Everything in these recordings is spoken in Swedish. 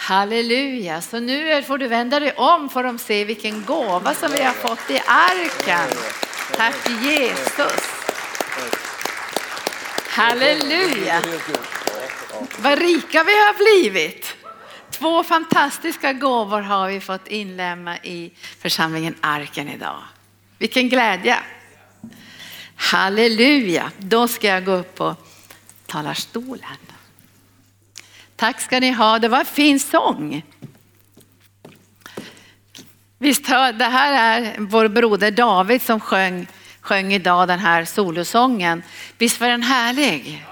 Halleluja, så nu får du vända dig om för att se vilken gåva som vi har fått i arken. Tack Jesus. Halleluja. Vad rika vi har blivit. 2 fantastiska gåvor har vi fått inlämna i församlingen Arken idag. Vilken glädje. Halleluja. Då ska jag gå upp på talarstolen. Tack ska ni ha. Det var en fin sång. Visst, det här är vår broder David som sjöng idag den här solosången. Visst var den härlig?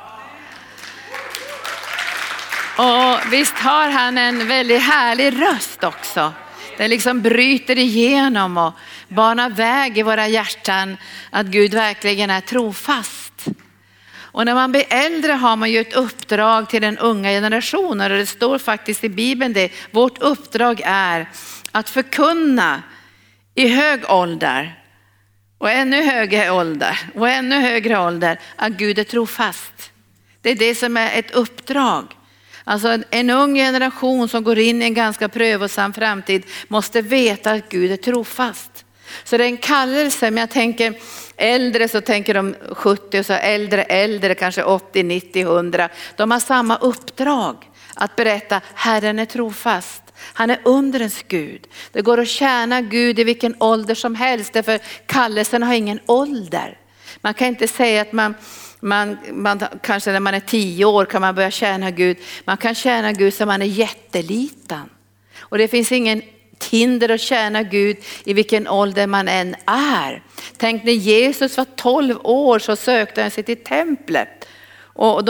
Och visst har han en väldigt härlig röst också. Den liksom bryter igenom och banar väg i våra hjärtan att Gud verkligen är trofast. Och när man blir äldre har man ju ett uppdrag till den unga generationen. Och det står faktiskt i Bibeln det. Vårt uppdrag är att förkunna i hög ålder och ännu högre ålder och ännu högre ålder att Gud är trofast. Det är det som är ett uppdrag. Alltså en ung generation som går in i en ganska prövosam framtid måste veta att Gud är trofast. Så det är en kallelse, men jag tänker äldre så tänker de 70 och så äldre kanske 80, 90, 100. De har samma uppdrag att berätta Herren är trofast. Han är undrens Gud. Det går att tjäna Gud i vilken ålder som helst, därför kallelsen har ingen ålder. Man kan inte säga att man kanske när man är 10 år kan man börja tjäna Gud. Man kan tjäna Gud som man är jätteliten. Och det finns ingen hinder att tjäna Gud i vilken ålder man än är. Tänk när Jesus var 12 år så sökte han sig till templet. Och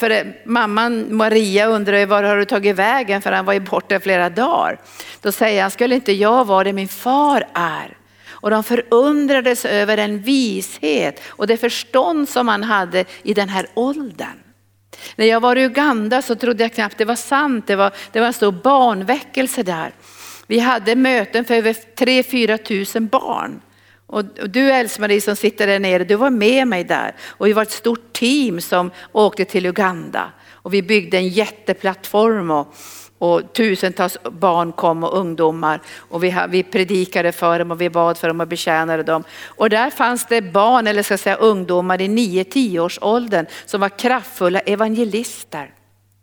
mamman Maria undrar var har du tagit vägen, för han var ju borta flera dagar. Då säger han, skulle inte jag vara det min far är? Och de förundrades över den vishet och det förstånd som han hade i den här åldern. När jag var i Uganda så trodde jag knappt det var sant. Det var en stor barnväckelse där. Vi hade möten för över 3-4 tusen barn. Och du Else-Marie som sitter där nere, du var med mig där. Och vi var ett stort team som åkte till Uganda. Och vi byggde en jätteplattform och tusentals barn kom och ungdomar. Och vi predikade för dem och vi bad för dem och betjänade dem. Och där fanns det barn, eller ska jag säga ungdomar i 9-10 års åldern som var kraftfulla evangelister.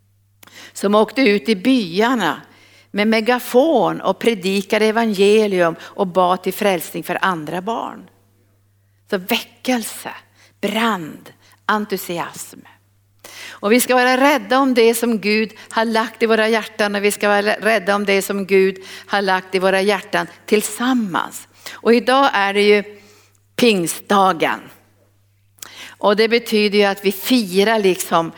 Som åkte ut i byarna med megafon och predikade evangelium och bad till frälsning för andra barn. Så väckelse, brand, entusiasm. Och vi ska vara rädda om det som Gud har lagt i våra hjärtan, och vi ska vara rädda om det som Gud har lagt i våra hjärtan tillsammans. Och idag är det ju pingstdagen. Och det betyder ju att vi firar liksom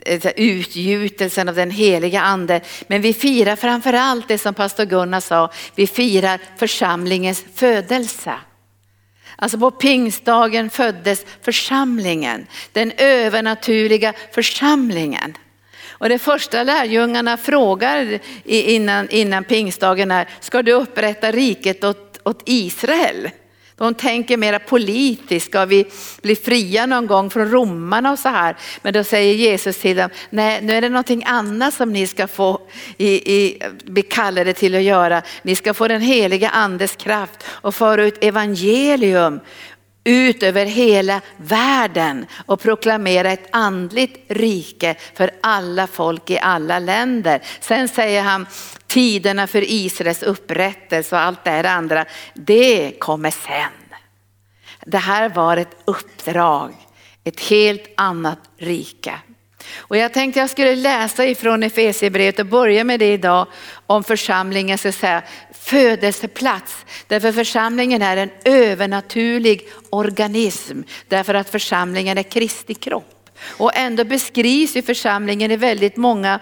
utgjutelsen av den heliga ande. Men vi firar framförallt det som pastor Gunnar sa. Vi firar församlingens födelse. Alltså på pingstdagen föddes församlingen. Den övernaturliga församlingen. Och det första lärjungarna frågar innan pingstdagen är: ska du upprätta riket åt Israel? De tänker mera politiskt, ska vi bli fria någon gång från romarna och så här. Men då säger Jesus till dem, nej, nu är det någonting annat som ni ska få bli kallade till att göra. Ni ska få den heliga andes kraft och föra ut evangelium ut över hela världen och proklamera ett andligt rike för alla folk i alla länder. Sen säger han, tiderna för Israels upprättelse och allt det här andra, det kommer sen. Det här var ett uppdrag, ett helt annat rike. Och jag tänkte jag skulle läsa ifrån Efesierbrevet och börja med det idag om församlingen, så att säga, födelseplats. Därför församlingen är en övernaturlig organism. Därför att församlingen är Kristi kropp. Och ändå beskrivs ju församlingen i väldigt många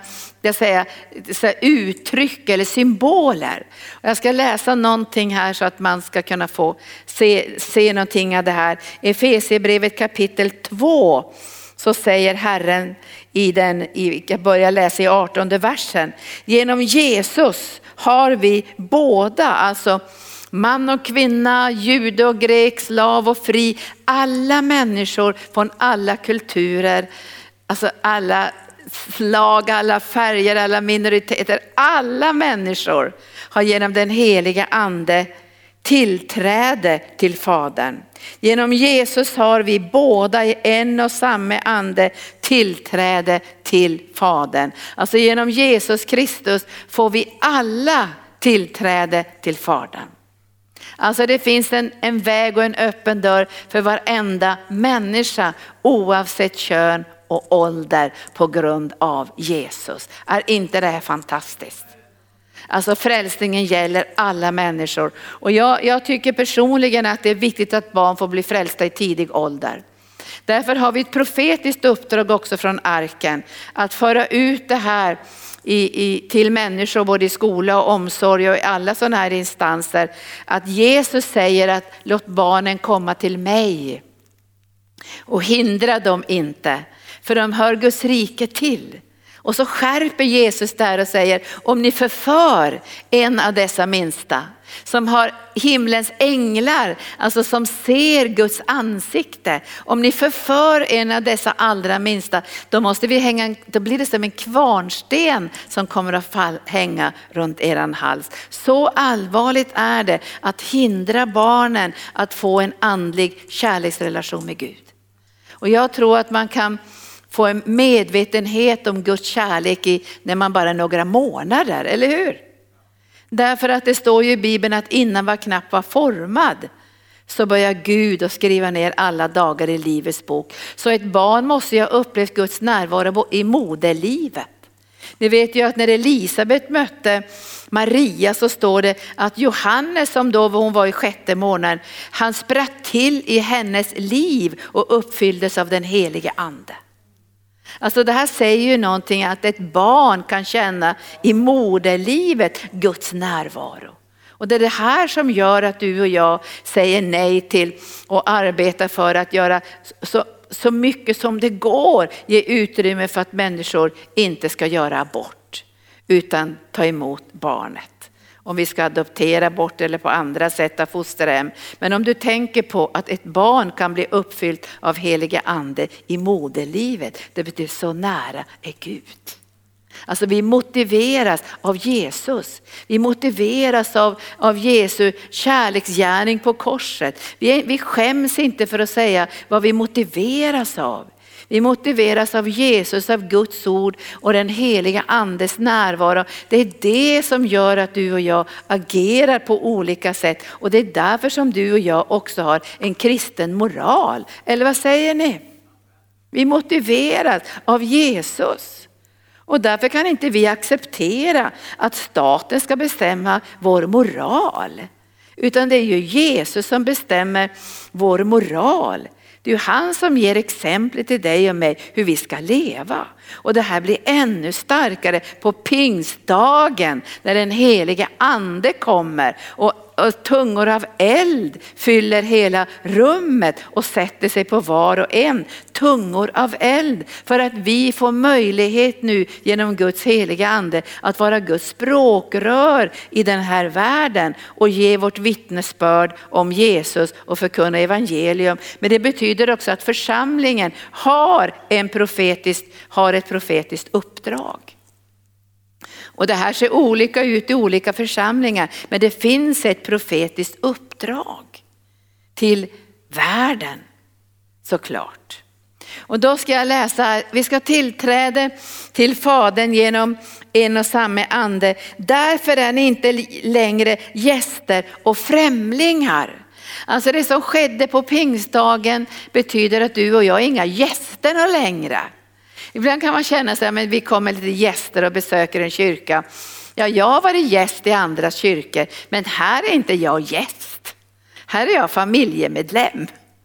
uttryck eller symboler. Jag ska läsa någonting här så att man ska kunna få se någonting av det här. Efesierbrevet kapitel 2. Så säger Herren jag börjar läsa i 18:e versen. Genom Jesus har vi båda, alltså man och kvinna, jude och grek, slav och fri, alla människor från alla kulturer, alltså alla slag, alla färger, alla minoriteter, alla människor har genom den heliga ande tillträde till Fadern. Genom Jesus har vi båda i en och samma ande tillträde till Fadern. Alltså genom Jesus Kristus får vi alla tillträde till Fadern. Alltså det finns en väg och en öppen dörr för varenda människa oavsett kön och ålder på grund av Jesus. Är inte det här fantastiskt? Alltså frälsningen gäller alla människor. Och jag tycker personligen att det är viktigt att barn får bli frälsta i tidig ålder. Därför har vi ett profetiskt uppdrag också från arken att föra ut det här till människor både i skola och omsorg och i alla sådana här instanser. Att Jesus säger att låt barnen komma till mig och hindra dem inte, för de hör Guds rike till. Och så skärper Jesus där och säger, om ni förför en av dessa minsta som har himlens änglar, alltså som ser Guds ansikte. Om ni förför en av dessa allra minsta, då blir det som en kvarnsten som kommer att hänga runt eran hals. Så allvarligt är det att hindra barnen att få en andlig kärleksrelation med Gud. Och jag tror att man kan få en medvetenhet om Guds kärlek när man bara är några månader, eller hur? Därför att det står ju i Bibeln att innan var knappt var formad så börjar Gud att skriva ner alla dagar i livets bok. Så ett barn måste ju ha upplevt Guds närvaro i moderlivet. Ni vet ju att när Elisabet mötte Maria så står det att Johannes, som då hon var i 6:e månaden, han spratt till i hennes liv och uppfylldes av den helige ande. Alltså det här säger ju någonting, att ett barn kan känna i moderlivet Guds närvaro. Och det är det här som gör att du och jag säger nej till och arbetar för att göra så mycket som det går, ge utrymme för att människor inte ska göra abort utan ta emot barnet. Om vi ska adoptera bort eller på andra sätt av fosterhem. Men om du tänker på att ett barn kan bli uppfyllt av heliga ande i moderlivet, det betyder så nära är Gud. Alltså vi motiveras av Jesus. Vi motiveras av Jesu kärleksgärning på korset. Vi skäms inte för att säga vad vi motiveras av. Vi motiveras av Jesus, av Guds ord och den heliga andes närvaro. Det är det som gör att du och jag agerar på olika sätt. Och det är därför som du och jag också har en kristen moral. Eller vad säger ni? Vi motiveras av Jesus. Och därför kan inte vi acceptera att staten ska bestämma vår moral. Utan det är ju Jesus som bestämmer vår moral. Det är ju han som ger exempel till dig och mig hur vi ska leva. Och det här blir ännu starkare på pingstdagen när den heliga ande kommer och tungor av eld fyller hela rummet och sätter sig på var och en. Tungor av eld, för att vi får möjlighet nu genom Guds heliga ande att vara Guds språkrör i den här världen och ge vårt vittnesbörd om Jesus och förkunna evangelium. Men det betyder också att församlingen har ett profetiskt uppdrag. Och det här ser olika ut i olika församlingar, men det finns ett profetiskt uppdrag till världen, såklart. Och då ska jag läsa, vi ska tillträda till Fadern genom en och samma ande. Därför är ni inte längre gäster och främlingar. Alltså det som skedde på pingstdagen betyder att du och jag är inga gäster längre. Ibland kan man känna sig, men vi kommer lite gäster och besöker en kyrka. Ja, jag har varit gäst i andra kyrkor, men här är inte jag gäst. Här är jag familjemedlem.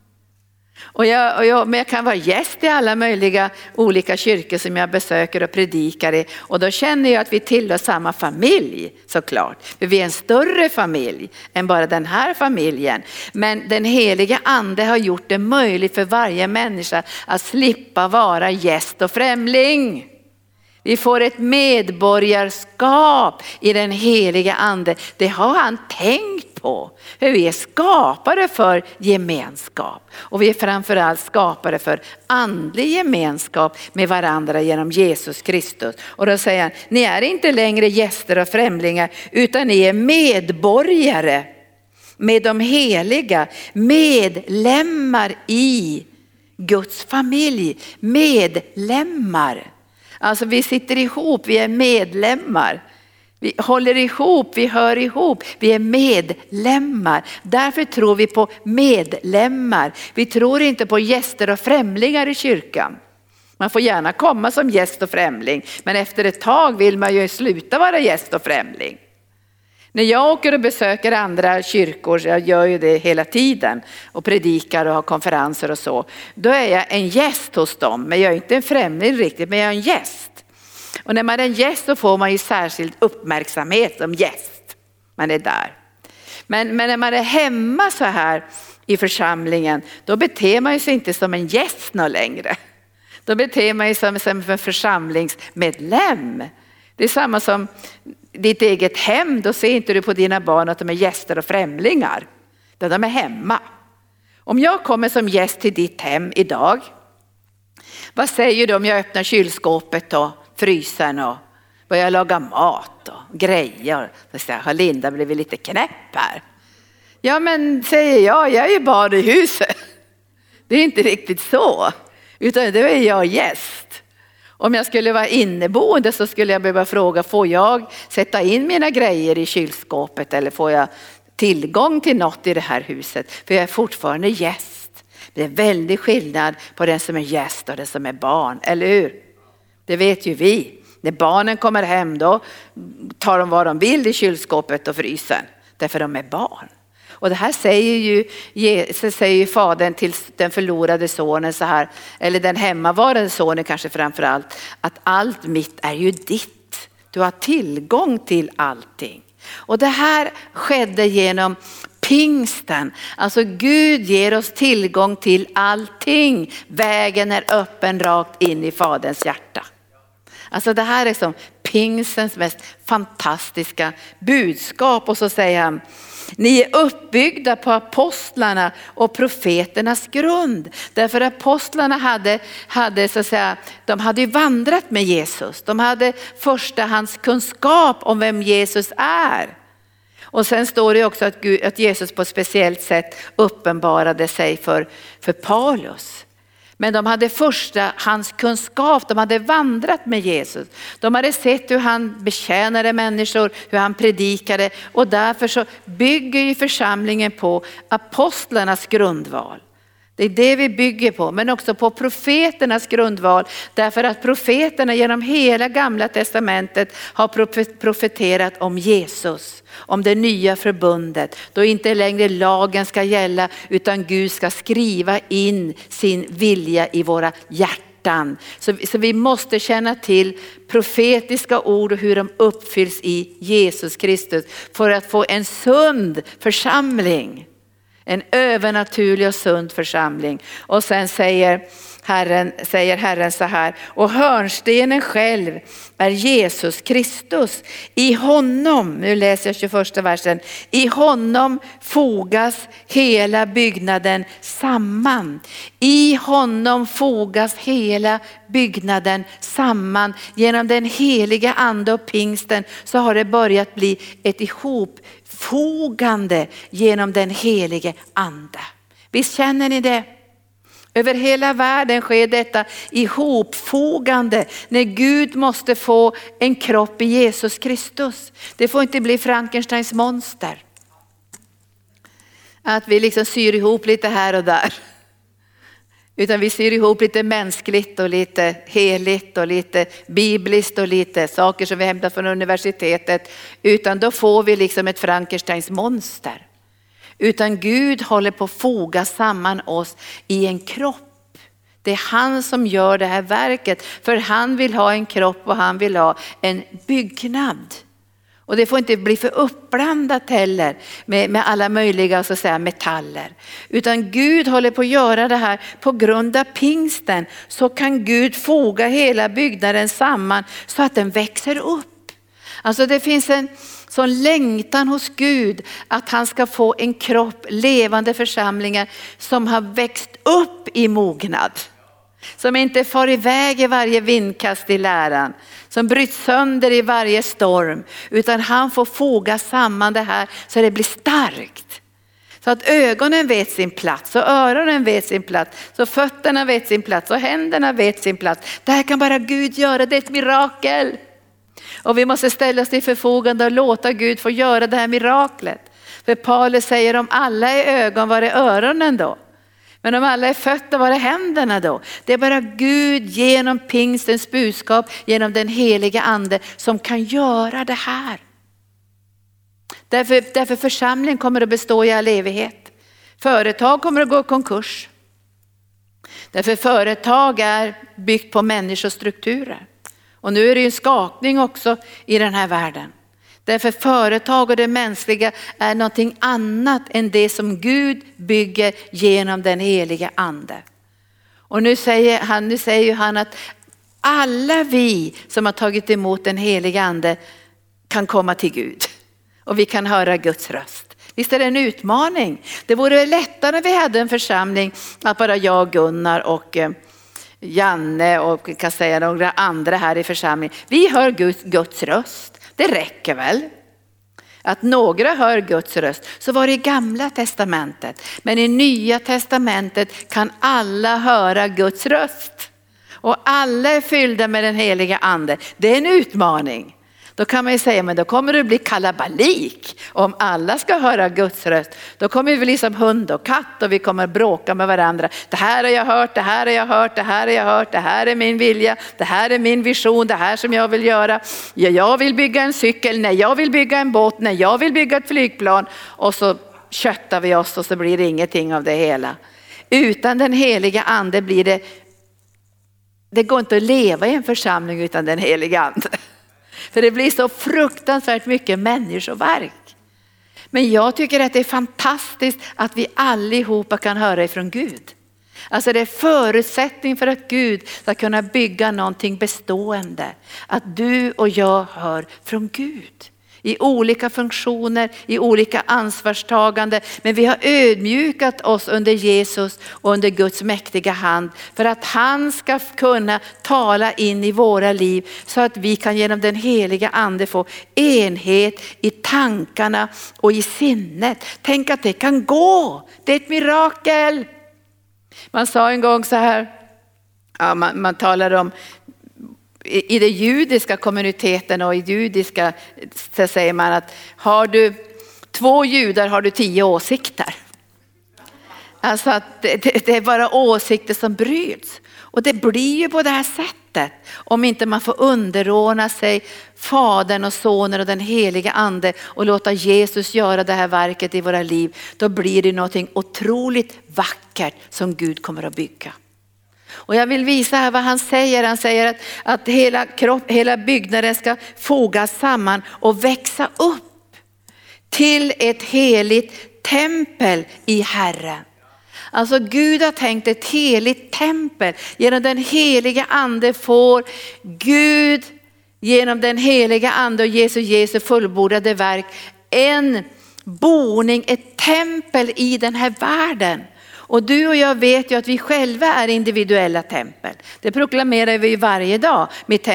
Men jag kan vara gäst i alla möjliga olika kyrkor som jag besöker och predikar i. Och då känner jag att vi tillhör samma familj, såklart. För vi är en större familj än bara den här familjen. Men den heliga ande har gjort det möjligt för varje människa att slippa vara gäst och främling. Vi får ett medborgarskap i den heliga ande. Det har han tänkt på. på. För vi är skapade för gemenskap. Och vi är framförallt skapade för andlig gemenskap med varandra genom Jesus Kristus. Och då säger han, ni är inte längre gäster och främlingar utan ni är medborgare med de heliga, medlemmar i Guds familj, medlemmar. Alltså vi sitter ihop, vi är medlemmar. Vi håller ihop, vi hör ihop, vi är medlemmar. Därför tror vi på medlemmar. Vi tror inte på gäster och främlingar i kyrkan. Man får gärna komma som gäst och främling, men efter ett tag vill man ju sluta vara gäst och främling. När jag åker och besöker andra kyrkor, jag gör ju det hela tiden och predikar och har konferenser och så. Då är jag en gäst hos dem, men jag är inte en främling riktigt, men jag är en gäst. Och när man är en gäst så får man ju särskild uppmärksamhet som gäst. Man är där. Men när man är hemma så här i församlingen, då beter man sig inte som en gäst någon längre. Då beter man sig som en församlingsmedlem. Det är samma som ditt eget hem, då ser inte du på dina barn att de är gäster och främlingar. Då de är hemma. Om jag kommer som gäst till ditt hem idag, vad säger du om jag öppnar kylskåpet och frysen och börjar laga mat och grejer? Så säger jag, har Linda blivit lite knäpp här? Ja men säger jag är ju bara i huset. Det är inte riktigt så, utan det är jag gäst. Om jag skulle vara inneboende så skulle jag behöva fråga, får jag sätta in mina grejer i kylskåpet eller får jag tillgång till något i det här huset? För jag är fortfarande gäst. Det är väldigt skillnad på den som är gäst och den som är barn, eller hur? Det vet ju vi. När barnen kommer hem då tar de vad de vill i kylskåpet och frysen. Därför de är barn. Och det här säger ju fadern till den förlorade sonen så här, eller den hemmavarande sonen kanske framförallt, att allt mitt är ju ditt. Du har tillgång till allting. Och det här skedde genom pingsten. Alltså Gud ger oss tillgång till allting. Vägen är öppen rakt in i faderns hjärta. Alltså det här är som pingstens mest fantastiska budskap. Och så säger han, ni är uppbyggda på apostlarna och profeternas grund. Därför apostlarna hade så att säga, de hade vandrat med Jesus. De hade förstahandskunskap om vem Jesus är. Och sen står det också att Jesus på ett speciellt sätt uppenbarade sig för Paulus. Men de hade förstahandskunskap, de hade vandrat med Jesus. De hade sett hur han betjänade människor, hur han predikade. Och därför så bygger ju församlingen på apostlarnas grundval. Det är det vi bygger på, men också på profeternas grundval. Därför att profeterna genom hela gamla testamentet har profeterat om Jesus. Om det nya förbundet. Då inte längre lagen ska gälla utan Gud ska skriva in sin vilja i våra hjärtan. Så vi måste känna till profetiska ord och hur de uppfylls i Jesus Kristus. För att få en sund församling. En övernaturlig och sund församling. Och sen säger Herren så här. Och hörnstenen själv är Jesus Kristus. I honom, nu läser jag 21 versen. I honom fogas hela byggnaden samman. I honom fogas hela byggnaden samman. Genom den heliga ande och pingsten så har det börjat bli ett ihopfogande genom den helige ande. Visst känner ni det? Över hela världen sker detta ihopfogande när Gud måste få en kropp i Jesus Kristus. Det får inte bli Frankensteins monster. Att vi liksom syr ihop lite här och där. Utan vi syr ihop lite mänskligt och lite heligt och lite bibliskt och lite saker som vi hämtar från universitetet. Utan då får vi liksom ett Frankensteins monster. Utan Gud håller på att foga samman oss i en kropp. Det är han som gör det här verket. För han vill ha en kropp och han vill ha en byggnad. Och det får inte bli för uppblandat heller med alla möjliga så att säga, metaller. Utan Gud håller på att göra det här på grund av pingsten. Så kan Gud foga hela byggnaden samman så att den växer upp. Alltså det finns en Sån längtan hos Gud att han ska få en kropp, levande församlingar som har växt upp i mognad. Som inte far iväg i varje vindkast i läran. Som bryts sönder i varje storm. Utan han får foga samman det här så det blir starkt. Så att ögonen vet sin plats och öronen vet sin plats. Så fötterna vet sin plats och händerna vet sin plats. Det här kan bara Gud göra, det är ett mirakel. Och vi måste ställa oss till förfogande och låta Gud få göra det här miraklet. För Paulus säger om alla är ögon, var är öronen då? Men om alla är fötter, var är händerna då? Det är bara Gud genom pingstens budskap, genom den heliga ande som kan göra det här. Därför församlingen kommer att bestå i all evighet. Företag kommer att gå i konkurs. Därför företag är byggt på människors strukturer. Och nu är det en skakning också i den här världen. Därför företag och det mänskliga är någonting annat än det som Gud bygger genom den heliga ande. Och nu säger han att alla vi som har tagit emot den heliga ande kan komma till Gud. Och vi kan höra Guds röst. Visst är det en utmaning. Det vore lättare om vi hade en församling att bara jag, Gunnar och Janne och kan säga några andra här i församlingen. Vi hör Guds röst. Det räcker väl att några hör Guds röst. Så var det i Gamla testamentet. Men i Nya testamentet kan alla höra Guds röst. Och alla är fyllda med den heliga ande. Det är en utmaning. Då kan man ju säga, men då kommer det bli kalabalik om alla ska höra Guds röst. Då kommer vi liksom hund och katt och vi kommer bråka med varandra. Det här har jag hört, det här har jag hört, det här har jag hört, det här är min vilja, det här är min vision, det här som jag vill göra. Ja, jag vill bygga en cykel, nej jag vill bygga en båt, nej jag vill bygga ett flygplan. Och så köttar vi oss och så blir det ingenting av det hela. Utan den heliga ande blir det går inte att leva i en församling utan den heliga ande. För det blir så fruktansvärt mycket människoverk. Men jag tycker att det är fantastiskt att vi allihopa kan höra ifrån Gud. Alltså det är förutsättning för att Gud ska kunna bygga någonting bestående. Att du och jag hör från Gud. I olika funktioner, i olika ansvarstagande. Men vi har ödmjukat oss under Jesus och under Guds mäktiga hand. För att han ska kunna tala in i våra liv. Så att vi kan genom den heliga ande få enhet i tankarna och i sinnet. Tänk att det kan gå. Det är ett mirakel. Man sa en gång så här. Ja, man talar om. I det judiska kommuniteten och i judiska så säger man att har du 2 judar har du 10 åsikter. Alltså att det är bara åsikter som bryts. Och det blir ju på det här sättet. Om inte man får underordna sig Fadern och Sonen och den heliga ande och låta Jesus göra det här verket i våra liv. Då blir det någonting otroligt vackert som Gud kommer att bygga. Och jag vill visa här vad han säger. Han säger att hela byggnaden ska fogas samman och växa upp till ett heligt tempel i Herren. Alltså Gud har tänkt ett heligt tempel. Genom den heliga ande får Gud genom den heliga ande och Jesu fullbordade verk en boning, ett tempel i den här världen. Och du och jag vet ju att vi själva är individuella tempel. Det proklamerar vi ju varje dag.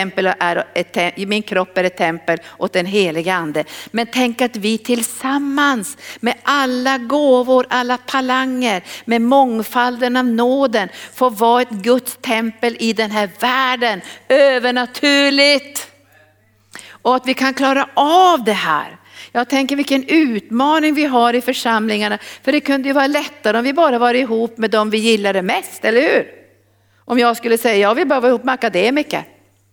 Min kropp är ett tempel åt den heliga ande. Men tänk att vi tillsammans med alla gåvor, alla talanger, med mångfalden av nåden får vara ett Guds tempel i den här världen. Övernaturligt. Och att vi kan klara av det här. Jag tänker vilken utmaning vi har i församlingarna. För det kunde ju vara lättare om vi bara var ihop med dem vi gillade mest, eller hur? Om jag skulle säga, jag vill bara vara ihop med akademiker.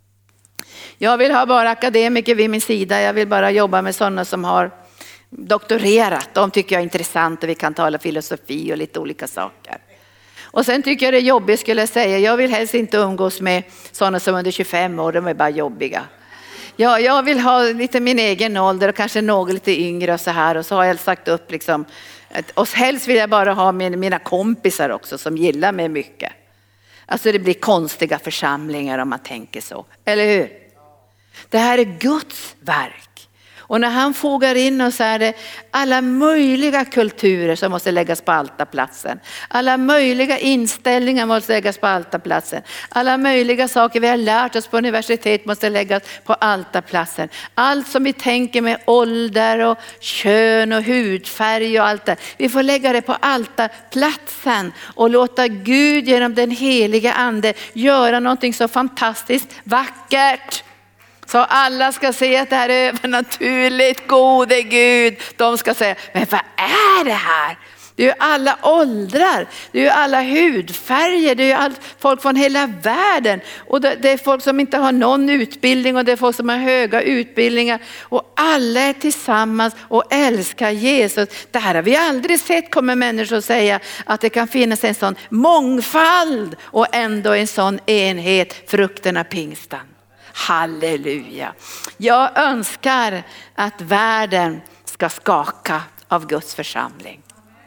Jag vill ha bara akademiker vid min sida. Jag vill bara jobba med sådana som har doktorerat. De tycker jag är intressant och vi kan tala filosofi och lite olika saker. Och sen tycker jag det är jobbigt skulle jag säga. Jag vill helst inte umgås med sådana som under 25 år. De är bara jobbiga. Ja, jag vill ha lite min egen ålder och kanske något lite yngre och så här. Och så har jag sagt upp liksom. Och helst vill jag bara ha mina kompisar också som gillar mig mycket. Alltså det blir konstiga församlingar om man tänker så. Eller hur? Det här är Guds verk. Och när han fogar in oss är det alla möjliga kulturer som måste läggas på altarplatsen. Alla möjliga inställningar måste läggas på altarplatsen. Alla möjliga saker vi har lärt oss på universitet måste läggas på altarplatsen. Allt som vi tänker med ålder och kön och hudfärg och allt det. Vi får lägga det på altarplatsen och låta Gud genom den heliga ande göra någonting så fantastiskt vackert. Så alla ska se att det här är övernaturligt, gode Gud. De ska säga, men vad är det här? Det är ju alla åldrar, det är ju alla hudfärger, det är ju folk från hela världen. Och det är folk som inte har någon utbildning och det är folk som har höga utbildningar. Och alla är tillsammans och älskar Jesus. Det här har vi aldrig sett, kommer människor säga, att det kan finnas en sån mångfald och ändå en sån enhet, frukten av pingstan. Halleluja. Jag önskar att världen ska skaka av Guds församling.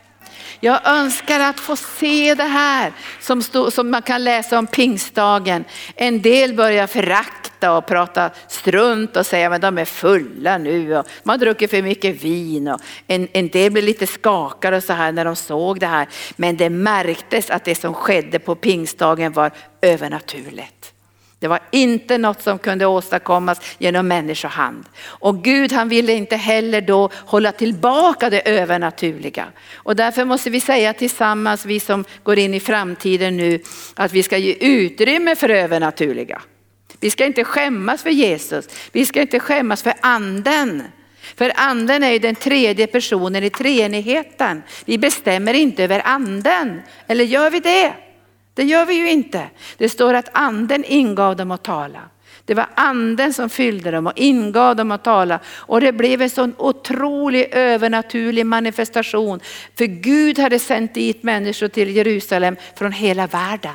Jag önskar att få se det här som man kan läsa om pingstdagen. En del börjar förakta och prata strunt och säga att de är fulla nu och man druckit för mycket vin. Och en del blir lite skakade och så här när de såg det här. Men det märktes att det som skedde på pingstdagen var övernaturligt. Det var inte något som kunde åstadkommas genom människohand. Och Gud, han ville inte heller då hålla tillbaka det övernaturliga. Och därför måste vi säga tillsammans, vi som går in i framtiden nu, att vi ska ge utrymme för övernaturliga. Vi ska inte skämmas för Jesus. Vi ska inte skämmas för anden. För anden är ju den tredje personen i treenigheten. Vi bestämmer inte över anden. Eller gör vi det? Det gör vi ju inte. Det står att anden ingav dem att tala. Det var anden som fyllde dem och ingav dem att tala. Och det blev en sån otrolig övernaturlig manifestation. För Gud hade sänt dit människor till Jerusalem från hela världen.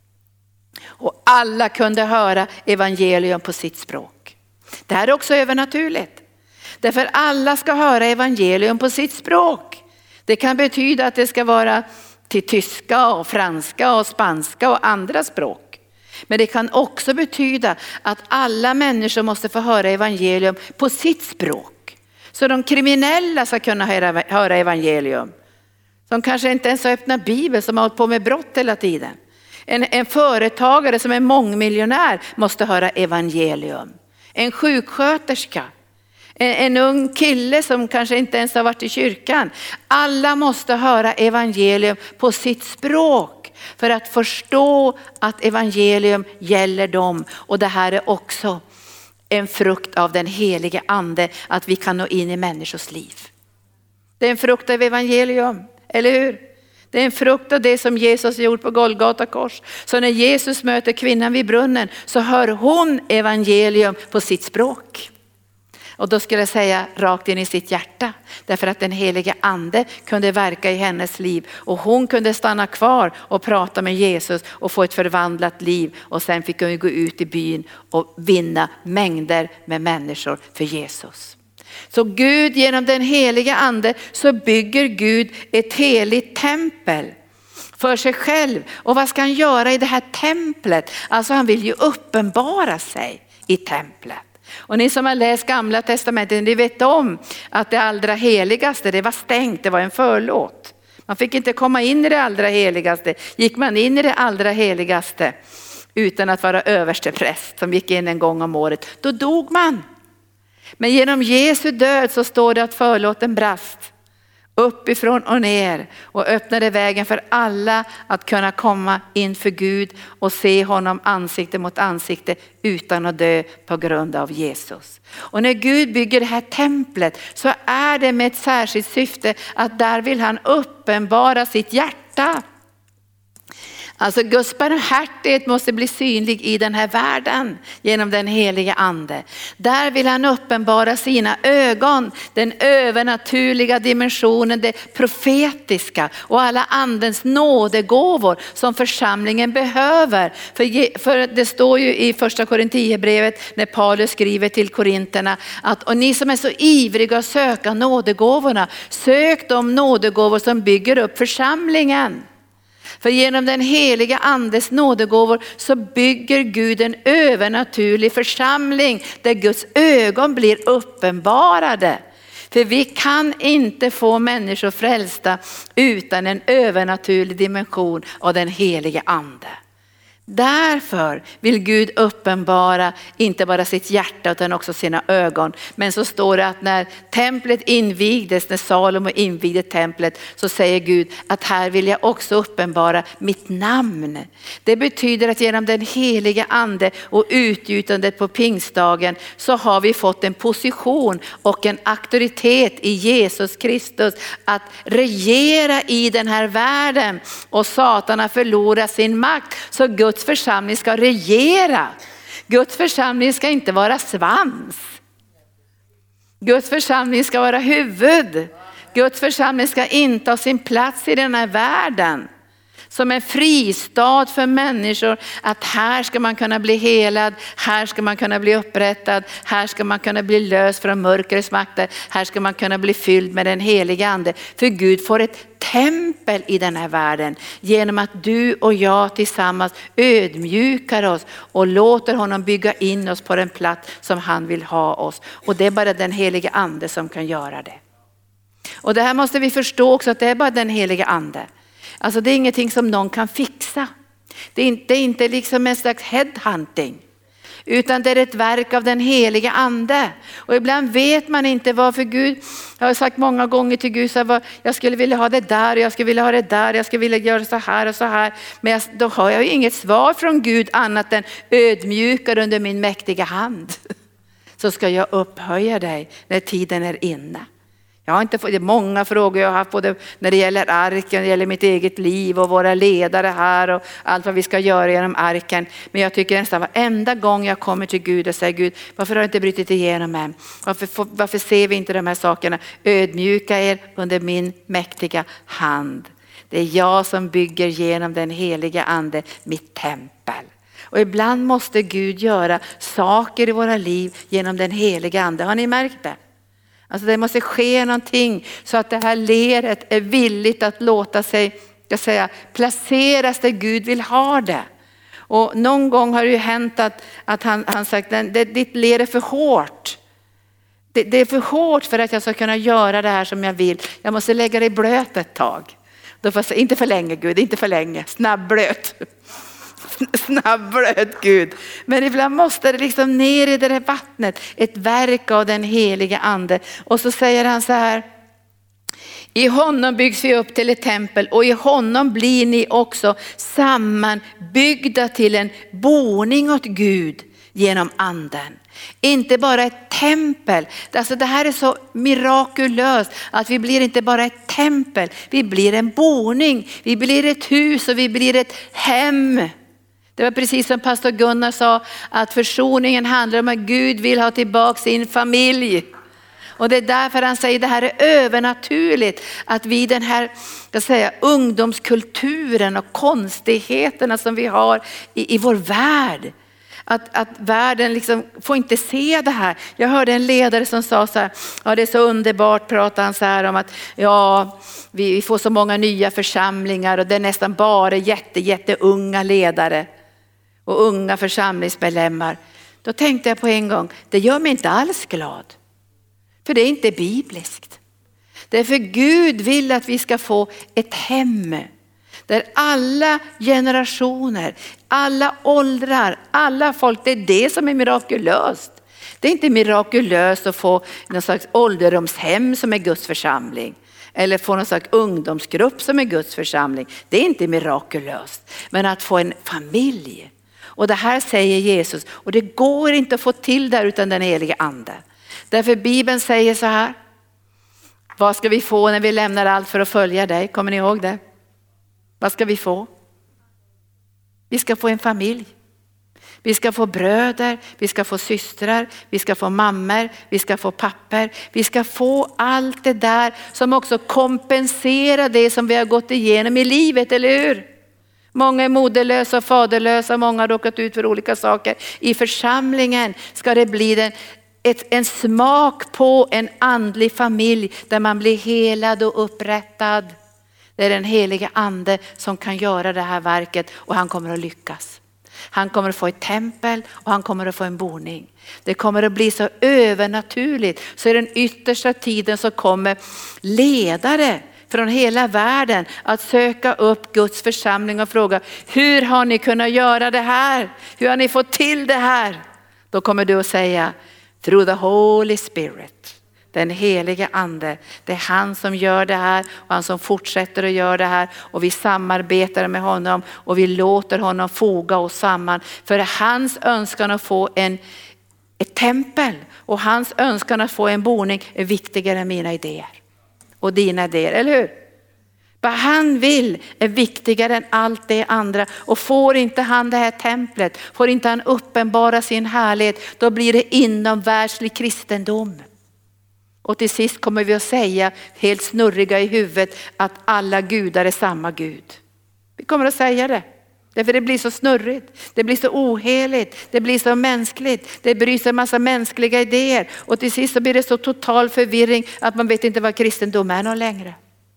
Och alla kunde höra evangelium på sitt språk. Det här är också övernaturligt. Därför alla ska höra evangelium på sitt språk. Det kan betyda att det ska vara till tyska och franska och spanska och andra språk. Men det kan också betyda att alla människor måste få höra evangelium på sitt språk. Så de kriminella ska kunna höra evangelium. Som kanske inte ens har öppnat Bibeln, som har hållit på med brott hela tiden. En företagare som är mångmiljonär måste höra evangelium. En sjuksköterska. En ung kille som kanske inte ens har varit i kyrkan. Alla måste höra evangelium på sitt språk för att förstå att evangelium gäller dem. Och det här är också en frukt av den helige ande, att vi kan nå in i människors liv. Det är en frukt av evangelium, eller hur? Det är en frukt av det som Jesus gjort på Golgata kors. Så när Jesus möter kvinnan vid brunnen så hör hon evangelium på sitt språk. Och då skulle jag säga rakt in i sitt hjärta. Därför att den heliga ande kunde verka i hennes liv. Och hon kunde stanna kvar och prata med Jesus och få ett förvandlat liv. Och sen fick hon gå ut i byn och vinna mängder med människor för Jesus. Så Gud, genom den heliga ande så bygger Gud ett heligt tempel för sig själv. Och vad ska han göra i det här templet? Alltså han vill ju uppenbara sig i templet. Och ni som har läst Gamla testamentet, ni vet om att det allra heligaste, det var stängt, det var en förlåt. Man fick inte komma in i det allra heligaste. Gick man in i det allra heligaste utan att vara överstepräst som gick in en gång om året, då dog man. Men genom Jesu död så står det att förlåten brast uppifrån och ner och öppnade vägen för alla att kunna komma inför Gud och se honom ansikte mot ansikte utan att dö på grund av Jesus. Och när Gud bygger det här templet så är det med ett särskilt syfte, att där vill han uppenbara sitt hjärta. Alltså Guds barmhärtighet måste bli synlig i den här världen genom den heliga ande. Där vill han uppenbara sina ögon, den övernaturliga dimensionen, det profetiska och alla andens nådegåvor som församlingen behöver. För det står ju i första Korintierbrevet när Paulus skriver till korinterna att och ni som är så ivriga att söka nådegåvorna, sök de nådegåvor som bygger upp församlingen. För genom den heliga andes nådegåvor så bygger Gud en övernaturlig församling där Guds ögon blir uppenbarade. För vi kan inte få människor frälsta utan en övernaturlig dimension av den heliga ande. Därför vill Gud uppenbara inte bara sitt hjärta utan också sina ögon. Men så står det att när templet invigdes, när Salomo invigde templet, så säger Gud att här vill jag också uppenbara mitt namn. Det betyder att genom den heliga ande och utgjutandet på pingstdagen så har vi fått en position och en auktoritet i Jesus Kristus att regera i den här världen, och Satan har förlorat sin makt. Så Guds församling ska regera. Guds församling ska inte vara svans. Guds församling ska vara huvud. Guds församling ska inta sin plats i den här världen som en fristad för människor, att här ska man kunna bli helad, här ska man kunna bli upprättad, här ska man kunna bli lös från mörkrets makter, här ska man kunna bli fylld med den heliga ande. För Gud får ett tempel i den här världen genom att du och jag tillsammans ödmjukar oss och låter honom bygga in oss på den plats som han vill ha oss. Och det är bara den heliga ande som kan göra det. Och det här måste vi förstå också, att det är bara den heliga ande. Alltså det är ingenting som någon kan fixa. Det är inte liksom en slags headhunting. Utan det är ett verk av den heliga ande. Och ibland vet man inte varför Gud, jag har sagt många gånger till Gud, så jag skulle vilja ha det där, jag skulle vilja ha det där, jag skulle vilja göra så här och så här. Men då har jag ju inget svar från Gud annat än ödmjukar under min mäktiga hand. Så ska jag upphöja dig när tiden är inne. Jag har inte fått många frågor jag har haft, både när det gäller arken, när det gäller mitt eget liv och våra ledare här och allt vad vi ska göra genom arken. Men jag tycker nästan varenda gång jag kommer till Gud och säger: Gud, varför har du inte brutit igenom än? Varför ser vi inte de här sakerna? Ödmjuka er under min mäktiga hand. Det är jag som bygger genom den heliga ande mitt tempel. Och ibland måste Gud göra saker i våra liv genom den heliga ande. Har ni märkt det? Alltså det måste ske någonting så att det här leret är villigt att låta sig, placeras där Gud vill ha det. Och någon gång har det ju hänt att han sagt: ditt ler är för hårt. Det är för hårt för att jag ska kunna göra det här som jag vill. Jag måste lägga det i blöt ett tag. Då får jag säga: inte för länge Gud, inte för länge. Snabbblöt. Snabbblöt Gud. Men ibland måste det liksom ner i det där vattnet. Ett verk av den heliga ande. Och så säger han så här: i honom byggs vi upp till ett tempel, och i honom blir ni också sammanbyggda till en boning åt Gud genom anden. Inte bara ett tempel. Alltså det här är så mirakulöst att vi blir inte bara ett tempel. Vi blir en boning. Vi blir ett hus och vi blir ett hem. Det var precis som pastor Gunnar sa, att försoningen handlar om att Gud vill ha tillbaka sin familj. Och det är därför han säger: det här är övernaturligt. Att vi den här ungdomskulturen och konstigheterna som vi har i vår värld. Att världen liksom får inte se det här. Jag hörde en ledare som sa så här: ja, det är så underbart, pratade han så här om att vi får så många nya församlingar och det är nästan bara jätteunga ledare och unga församlingsmedlemmar. Då tänkte jag på en gång: det gör mig inte alls glad. För det är inte bibliskt. Därför Gud vill att vi ska få ett hem där alla generationer, alla åldrar, alla folk, det är det som är mirakulöst. Det är inte mirakulöst att få någon slags ålderdomshem som är Guds församling. Eller få någon slags ungdomsgrupp som är Guds församling. Det är inte mirakulöst. Men att få en familj. Och det här säger Jesus. Och det går inte att få till där utan den heliga ande. Därför Bibeln säger så här: vad ska vi få när vi lämnar allt för att följa dig? Kommer ni ihåg det? Vad ska vi få? Vi ska få en familj. Vi ska få bröder, vi ska få systrar, vi ska få mammor, vi ska få papper. Vi ska få allt det där som också kompenserar det som vi har gått igenom i livet, eller hur? Många är moderlösa och faderlösa, många har råkat ut för olika saker. I församlingen ska det bli en smak på en andlig familj där man blir helad och upprättad. Det är den heliga ande som kan göra det här verket och han kommer att lyckas. Han kommer att få ett tempel och han kommer att få en boning. Det kommer att bli så övernaturligt så i den yttersta tiden så kommer ledare från hela världen att söka upp Guds församling och fråga: hur har ni kunnat göra det här? Hur har ni fått till det här? Då kommer du att säga: through the Holy Spirit. Den heliga ande. Det är han som gör det här och han som fortsätter att göra det här. Och vi samarbetar med honom och vi låter honom foga oss samman. För hans önskan att få ett tempel och hans önskan att få en boning är viktigare än mina idéer. Och dina idéer, eller hur? Vad han vill är viktigare än allt det andra. Och får inte han det här templet, får inte han uppenbara sin härlighet, då blir det inomvärldslig kristendom. Och till sist kommer vi att säga, helt snurriga i huvudet, att alla gudar är samma Gud. Vi kommer att säga det. Därför det blir så snurrigt, det blir så oheligt, det blir så mänskligt, det bryter en massa mänskliga idéer. Och till sist så blir det så total förvirring att man vet inte vad kristendom är någon längre.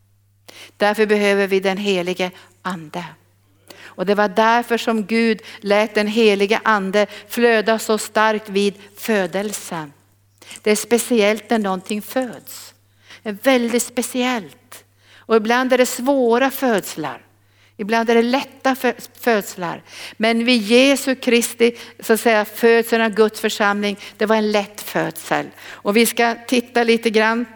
Därför behöver vi den helige ande. Och det var därför som Gud lät den helige ande flöda så starkt vid födelsen. Det är speciellt när någonting föds. Det är väldigt speciellt. Och ibland är det svåra födslar. Ibland är det lätta födslar. Men vid Jesu Kristi så att säga, födseln av Guds församling, det var en lätt födsel. Och vi ska titta lite grann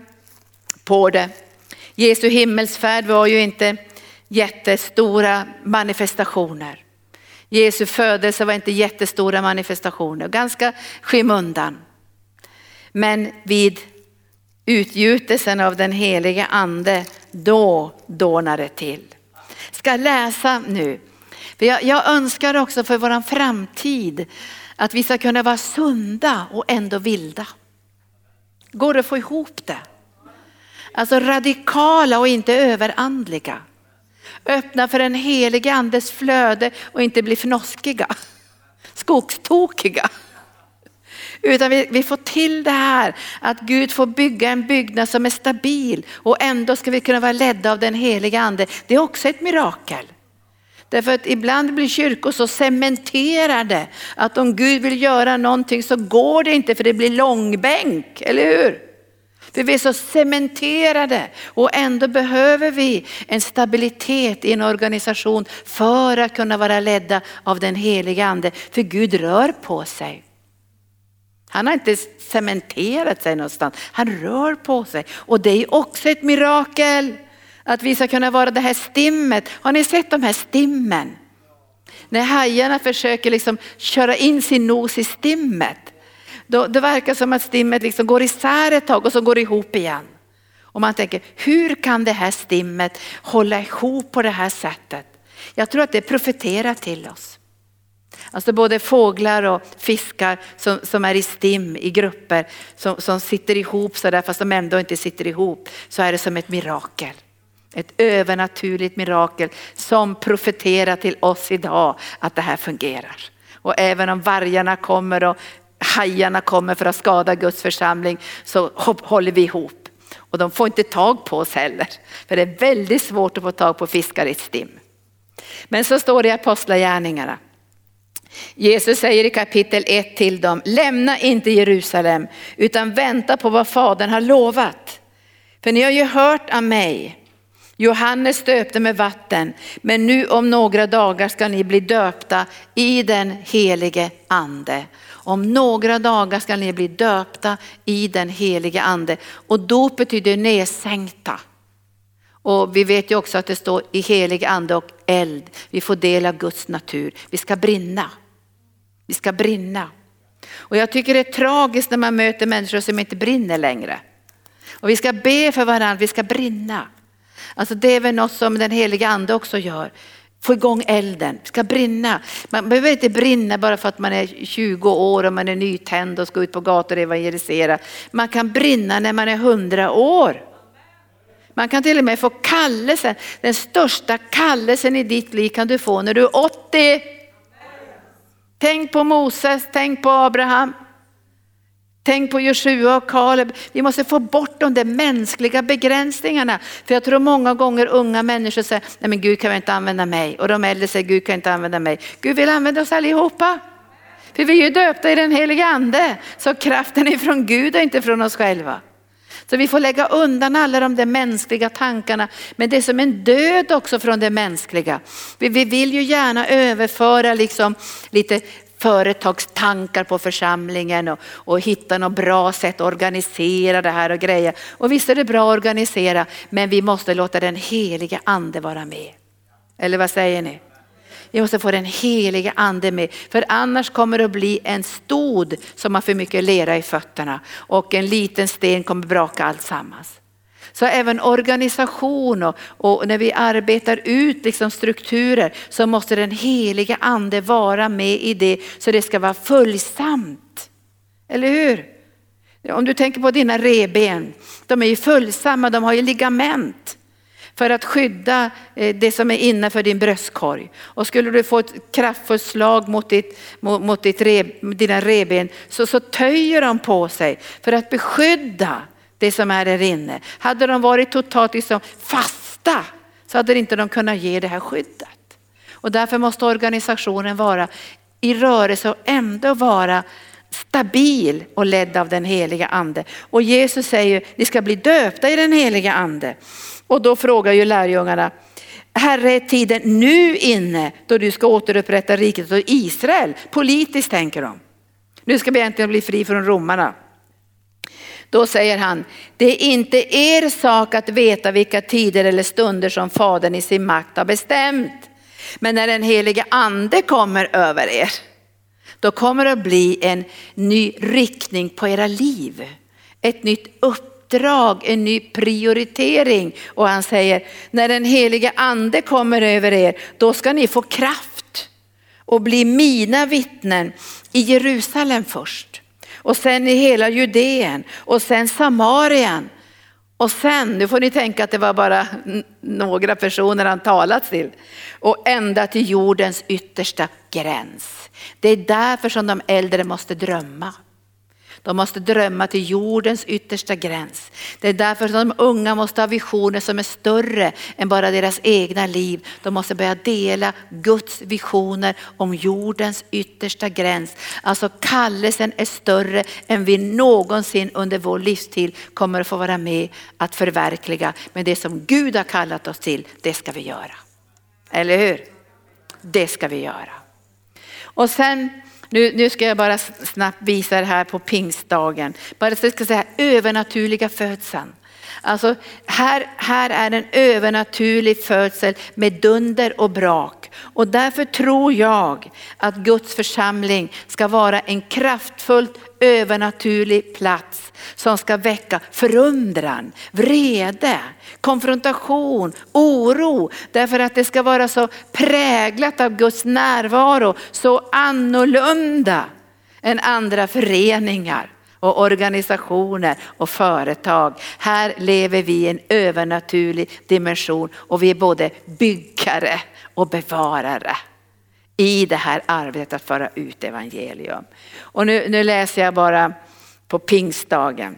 på det. Jesu himmelsfärd var ju inte jättestora manifestationer. Jesu födelse var inte jättestora manifestationer. Ganska skymundan. Men vid utgjutelsen av den heliga ande, då dånar det till. Ska läsa nu. För jag önskar också för våran framtid att vi ska kunna vara sunda och ändå vilda. Går det att få ihop det? Alltså radikala och inte överandliga. Öppna för en helig andes flöde och inte bli fnoskiga. Skogstokiga. Utan vi får till det här att Gud får bygga en byggnad som är stabil och ändå ska vi kunna vara ledda av den heliga ande. Det är också ett mirakel. Därför att ibland blir kyrkor så cementerade att om Gud vill göra någonting så går det inte för det blir långbänk, eller hur? För vi är så cementerade och ändå behöver vi en stabilitet i en organisation för att kunna vara ledda av den heliga ande. För Gud rör på sig. Han har inte cementerat sig någonstans. Han rör på sig. Och det är också ett mirakel att vi ska kunna vara det här stimmet. Har ni sett de här stimmen? När hajarna försöker liksom köra in sin nos i stimmet. Då verkar som att stimmet liksom går isär ett tag och så går det ihop igen. Och man tänker, hur kan det här stimmet hålla ihop på det här sättet? Jag tror att det profeterar till oss. Alltså både fåglar och fiskar som är i stim, i grupper, som sitter ihop så där fast de ändå inte sitter ihop, så är det som ett mirakel. Ett övernaturligt mirakel som profeterar till oss idag att det här fungerar. Och även om vargarna kommer och hajarna kommer för att skada Guds församling så håller vi ihop. Och de får inte tag på oss heller. För det är väldigt svårt att få tag på fiskar i ett stim. Men så står det i Apostlagärningarna. Jesus säger i kapitel 1 till dem: lämna inte Jerusalem utan vänta på vad Fadern har lovat. För ni har ju hört av mig. Johannes döpte med vatten, men nu om några dagar ska ni bli döpta i den helige ande. Om några dagar ska ni bli döpta i den helige ande. Och dop betyder nedsänkta. Och vi vet ju också att det står i helig ande och eld. Vi får del av Guds natur. Vi ska brinna. Vi ska brinna. Och jag tycker det är tragiskt när man möter människor som inte brinner längre. Och vi ska be för varandra, vi ska brinna. Alltså det är väl något som den heliga ande också gör. Få igång elden, vi ska brinna. Man behöver inte brinna bara för att man är 20 år och man är nytänd och ska ut på gator och evangelisera. Man kan brinna när man är 100 år. Man kan till och med få kallelsen. Den största kallelsen i ditt liv kan du få när du är 80. Tänk på Moses, tänk på Abraham. Tänk på Joshua och Kaleb. Vi måste få bort de där mänskliga begränsningarna. För jag tror många gånger unga människor säger, nej men Gud kan inte använda mig. Och de äldre säger, Gud kan inte använda mig. Gud vill använda oss allihopa. För vi är ju döpta i den heliga ande. Så kraften är från Gud och inte från oss själva. Så vi får lägga undan alla de där mänskliga tankarna. Men det är som en död också från det mänskliga. Vi vill ju gärna överföra liksom lite företagstankar på församlingen och hitta något bra sätt att organisera det här och grejer. Och visst är det bra att organisera, men vi måste låta den heliga ande vara med. Eller vad säger ni? Vi måste få den heliga ande med, för annars kommer det att bli en stod som har för mycket lera i fötterna och en liten sten kommer braka allt sammans. Så även organisation och när vi arbetar ut liksom strukturer så måste den heliga ande vara med i det så det ska vara följsamt. Eller hur? Om du tänker på dina reben, de är ju följsamma, de har ju ligament för att skydda det som är innanför din bröstkorg. Och skulle du få ett kraftfullt slag mot dina reben så töjer de på sig för att beskydda det som är där inne. Hade de varit totalt liksom fasta så hade inte de kunnat ge det här skyddet. Och därför måste organisationen vara i rörelse och ändå vara stabil och ledd av den heliga ande. Och Jesus säger, ni ska bli döpta i den heliga ande. Och då frågar ju lärjungarna, Herre, är tiden nu inne då du ska återupprätta riket och Israel? Politiskt tänker de. Nu ska vi äntligen bli fri från romarna. Då säger han, det är inte er sak att veta vilka tider eller stunder som Fadern i sin makt har bestämt. Men när den heliga ande kommer över er, då kommer det att bli en ny riktning på era liv. Ett nytt uppdrag, en ny prioritering. Och han säger, när den heliga ande kommer över er, då ska ni få kraft och bli mina vittnen i Jerusalem först. Och sen i hela Judeen och sen Samarien. Och sen, nu får ni tänka att det var bara några personer han talat till. Och ända till jordens yttersta gräns. Det är därför som de äldre måste drömma. De måste drömma till jordens yttersta gräns. Det är därför som de unga måste ha visioner som är större än bara deras egna liv. De måste börja dela Guds visioner om jordens yttersta gräns. Alltså kallelsen är större än vi någonsin under vår livstid kommer att få vara med att förverkliga. Men det som Gud har kallat oss till, det ska vi göra. Eller hur? Det ska vi göra. Och sen... Nu ska jag bara snabbt visa det här på pingstdagen. Bara så jag ska säga övernaturliga födseln. Alltså här är en övernaturlig födsel med dunder och brak. Och därför tror jag att Guds församling ska vara en kraftfullt övernaturlig plats som ska väcka förundran, vrede, konfrontation, oro. Därför att det ska vara så präglat av Guds närvaro, så annorlunda än andra föreningar och organisationer och företag. Här lever vi i en övernaturlig dimension och vi är både byggare och bevarare i det här arbetet att föra ut evangelium. Och nu läser jag bara på pingstdagen.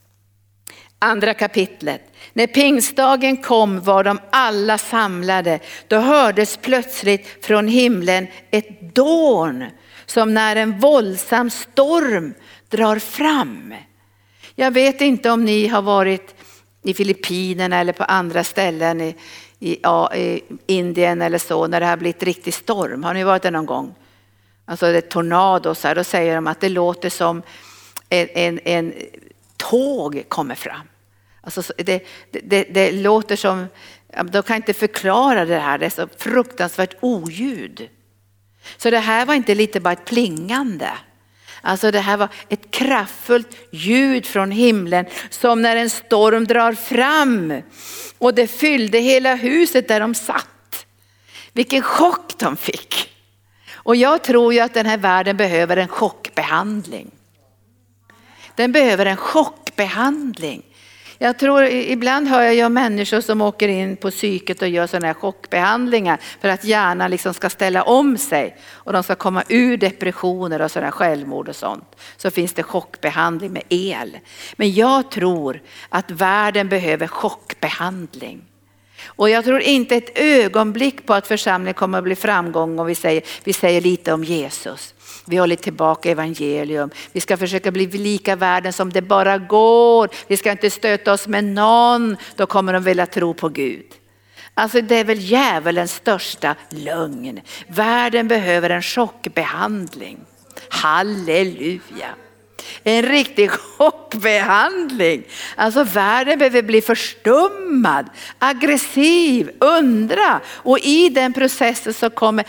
Andra kapitlet. När pingstdagen kom var de alla samlade. Då hördes plötsligt från himlen ett dån som när en våldsam storm drar fram. Jag vet inte om ni har varit i Filippinerna eller på andra ställen i Indien eller så när det har blivit riktig storm. Har ni varit där någon gång? Alltså det är tornado så här, då säger de att det låter som en tåg kommer fram. Alltså det låter som, de kan inte förklara det här, det är så fruktansvärt oljud. Så det här var inte lite bara ett plingande. Alltså det här var ett kraftfullt ljud från himlen som när en storm drar fram. Och det fyllde hela huset där de satt. Vilken chock de fick. Och jag tror ju att den här världen behöver en chockbehandling. Den behöver en chockbehandling. Jag tror ibland hör jag människor som åker in på psyket och gör sådana här chockbehandlingar för att hjärnan liksom ska ställa om sig och de ska komma ur depressioner och sådana självmord och sånt. Så finns det chockbehandling med el. Men jag tror att världen behöver chockbehandling. Och jag tror inte ett ögonblick på att församlingen kommer att bli framgång om vi säger lite om Jesus. Vi håller tillbaka evangelium. Vi ska försöka bli lika världen som det bara går. Vi ska inte stöta oss med någon. Då kommer de vilja tro på Gud. Alltså det är väl djävulens största lögn. Världen behöver en chockbehandling. Halleluja. En riktig chockbehandling. Alltså världen behöver bli förstummad, aggressiv, undra. Och i den processen så kommer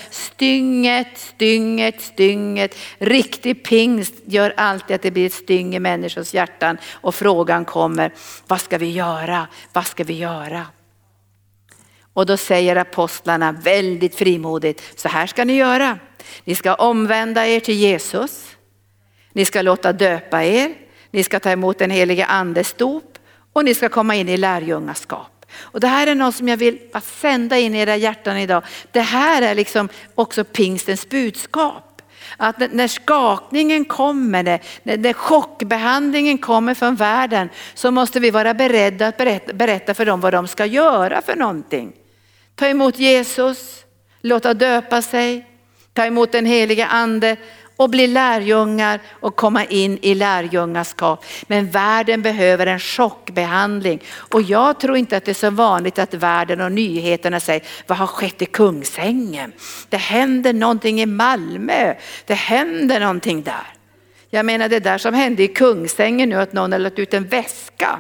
stynget. Riktig pingst gör alltid att det blir ett styng i människors hjärtan. Och frågan kommer, vad ska vi göra? Vad ska vi göra? Och då säger apostlarna väldigt frimodigt, så här ska ni göra. Ni ska omvända er till Jesus. Ni ska låta döpa er, ni ska ta emot den helige andes dop och ni ska komma in i lärjungaskap. Och det här är något som jag vill sända in i era hjärtan idag. Det här är liksom också pingstens budskap. Att när skakningen kommer, när chockbehandlingen kommer från världen, så måste vi vara beredda att berätta för dem vad de ska göra för någonting. Ta emot Jesus, låta döpa sig, ta emot den helige ande och bli lärjungar och komma in i lärjungaskap. Men världen behöver en chockbehandling. Och jag tror inte att det är så vanligt att världen och nyheterna säger, vad har skett i Kungsängen? Det händer någonting i Malmö. Det händer någonting där. Jag menar det där som hände i Kungsängen nu, att någon har lagt ut en väska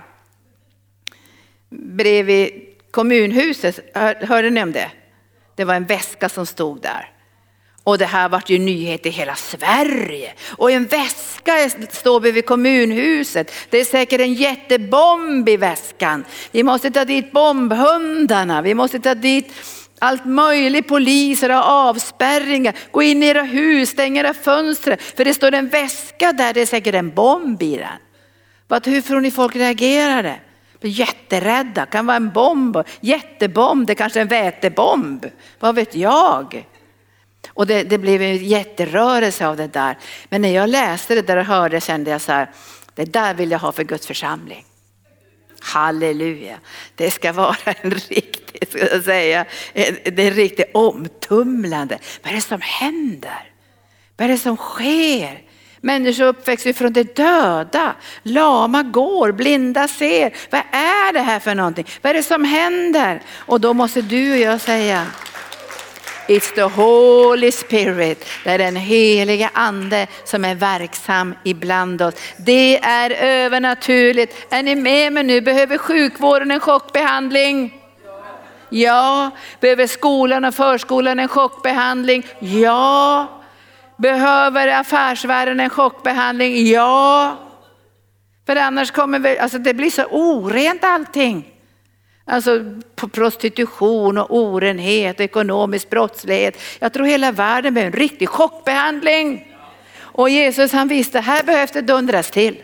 bredvid kommunhuset. Hörde ni om det? Det var en väska som stod där. Och det här var ju nyhet i hela Sverige. Och en väska står vid kommunhuset. Det är säkert en jättebomb i väskan. Vi måste ta dit bombhundarna. Vi måste ta dit allt möjligt, poliser och avspärringar. Gå in i era hus, stäng era fönster. För det står en väska där, det är säkert en bomb i den. Hur tror ni folk reagerade? Jätterädda, kan vara en bomb. Jättebomb, det kanske är en vätebomb. Vad vet jag? Och det blev en jätterörelse av det där. Men när jag läste det där och hörde, kände jag så här, det där vill jag ha för Guds församling. Halleluja. Det ska vara en riktigt, ska jag säga, det är riktigt omtumlande. Vad är det som händer? Vad är det som sker? Människor uppväxer från det döda. Lama går, blinda ser. Vad är det här för någonting? Vad är det som händer? Och då måste du och jag säga, it's the Holy Spirit. Det är den heliga ande som är verksam ibland oss. Det är övernaturligt. Är ni med mig nu? Behöver sjukvården en chockbehandling? Ja. Behöver skolan och förskolan en chockbehandling? Ja. Behöver affärsvärlden en chockbehandling? Ja. För annars kommer det blir så orent allting. Alltså prostitution och orenhet och ekonomisk brottslighet. Jag tror hela världen behöver en riktig chockbehandling. Och Jesus, han visste, här behövs det dundras till.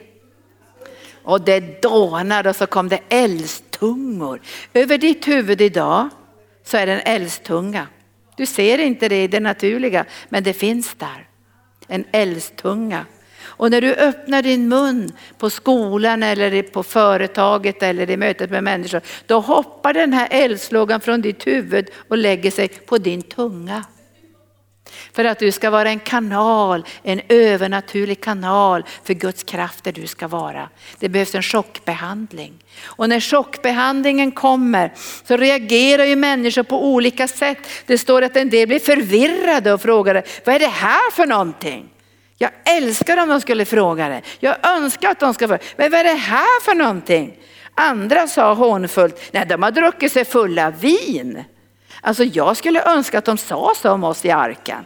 Och det dånade och så kom det eldstungor. Över ditt huvud idag så är det en eldtunga. Du ser inte det i det naturliga, men det finns där. En eldstunga. Och när du öppnar din mun på skolan eller på företaget eller i mötet med människor, då hoppar den här eldslågan från ditt huvud och lägger sig på din tunga. För att du ska vara en kanal, en övernaturlig kanal för Guds krafter du ska vara. Det behövs en chockbehandling. Och när chockbehandlingen kommer så reagerar ju människor på olika sätt. Det står att en del blir förvirrade och frågar, vad är det här för någonting? Jag älskar om de skulle fråga det. Jag önskar att de ska fråga, men vad är det här för någonting? Andra sa hånfullt, nej, de har druckit sig fulla av vin. Alltså jag skulle önska att de sa så om oss i arken.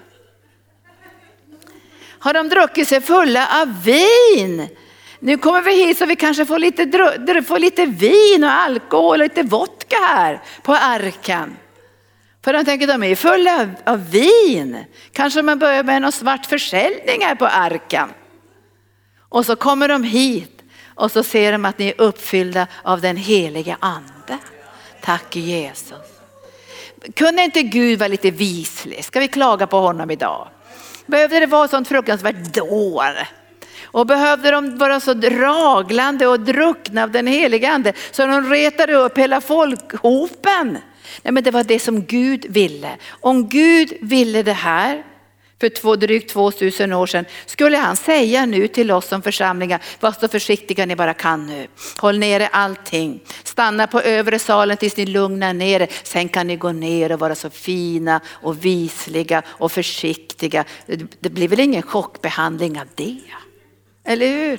Har de druckit sig fulla av vin? Nu kommer vi hit så vi kanske får lite vin och alkohol och lite vodka här på arken. För de tänker de är fulla av vin. Kanske man börjar med någon svart försäljning här på arken. Och så kommer de hit. Och så ser de att ni är uppfyllda av den helige ande. Tack Jesus. Kunde inte Gud vara lite vislig? Ska vi klaga på honom idag? Behövde det vara sånt fruktansvärt dår? Och behövde de vara så draglande och druckna av den helige ande så de retade upp hela folkhopen? Nej, men det var det som Gud ville. Om Gud ville det här för drygt 2000 år sedan, skulle han säga nu till oss som församlingar: var så försiktiga ni bara kan nu. Håll nere allting. Stanna på övre salen tills ni lugnar ner er. Sen kan ni gå ner och vara så fina och visliga och försiktiga. Det blir väl ingen chockbehandling av det? Eller hur?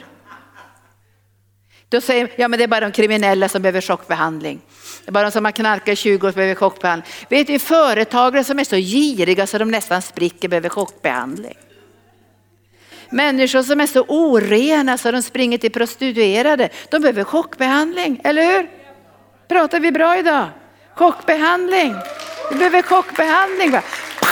Då säger ja, men det är bara de kriminella som behöver chockbehandling. Det är bara de som har knarkat i 20 år som behöver chockbehandling. Vet du, företagare som är så giriga så de nästan spricker behöver chockbehandling. Människor som är så orena så de springer till prostituerade, de behöver chockbehandling, eller hur? Pratar vi bra idag? Chockbehandling. Vi behöver chockbehandling, va?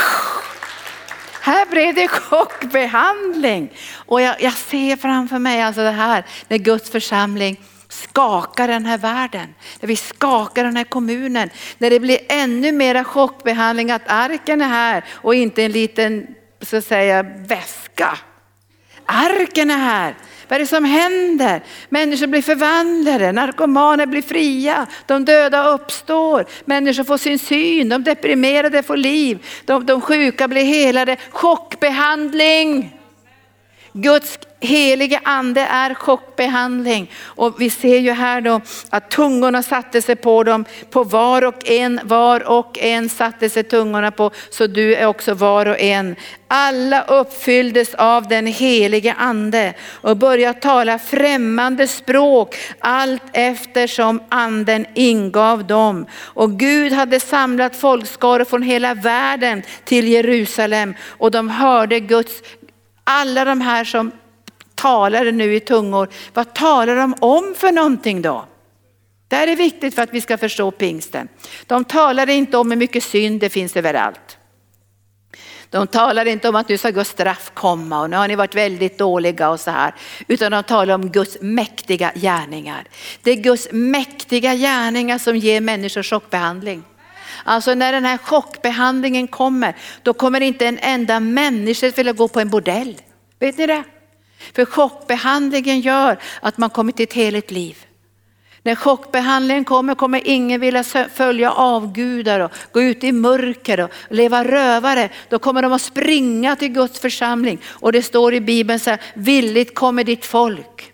Här blev det chockbehandling. Och jag ser framför mig alltså det här, när Guds församling skakar den här världen. När vi skakar den här kommunen. När det blir ännu mera chockbehandling att arken är här och inte en liten, så att säga, väska. Arken är här. Vad är det som händer? Människor blir förvandlade, narkomaner blir fria, de döda uppstår, människor får sin syn, de deprimerade får liv, de sjuka blir helade. Chockbehandling. Guds helige ande är chockbehandling. Och vi ser ju här då att tungorna satte sig på dem, på var och en satte sig tungorna på, så du är också var och en. Alla uppfylldes av den helige ande och började tala främmande språk allt eftersom anden ingav dem. Och Gud hade samlat folkskaror från hela världen till Jerusalem, och de hörde Guds. Alla de här som talar nu i tungor, vad talar de om för någonting då? Det här är viktigt för att vi ska förstå pingsten. De talar inte om hur mycket synd det finns överallt. De talar inte om att nu ska Guds straff komma och nu har ni varit väldigt dåliga och så här. Utan de talar om Guds mäktiga gärningar. Det är Guds mäktiga gärningar som ger människor chockbehandling. Alltså när den här chockbehandlingen kommer, då kommer inte en enda människa vilja gå på en bordell. Vet ni det? För chockbehandlingen gör att man kommer till ett heligt liv. När chockbehandlingen kommer ingen vilja följa avgudar och gå ut i mörker och leva rövare. Då kommer de att springa till Guds församling. Och det står i Bibeln så här: villigt kommer ditt folk.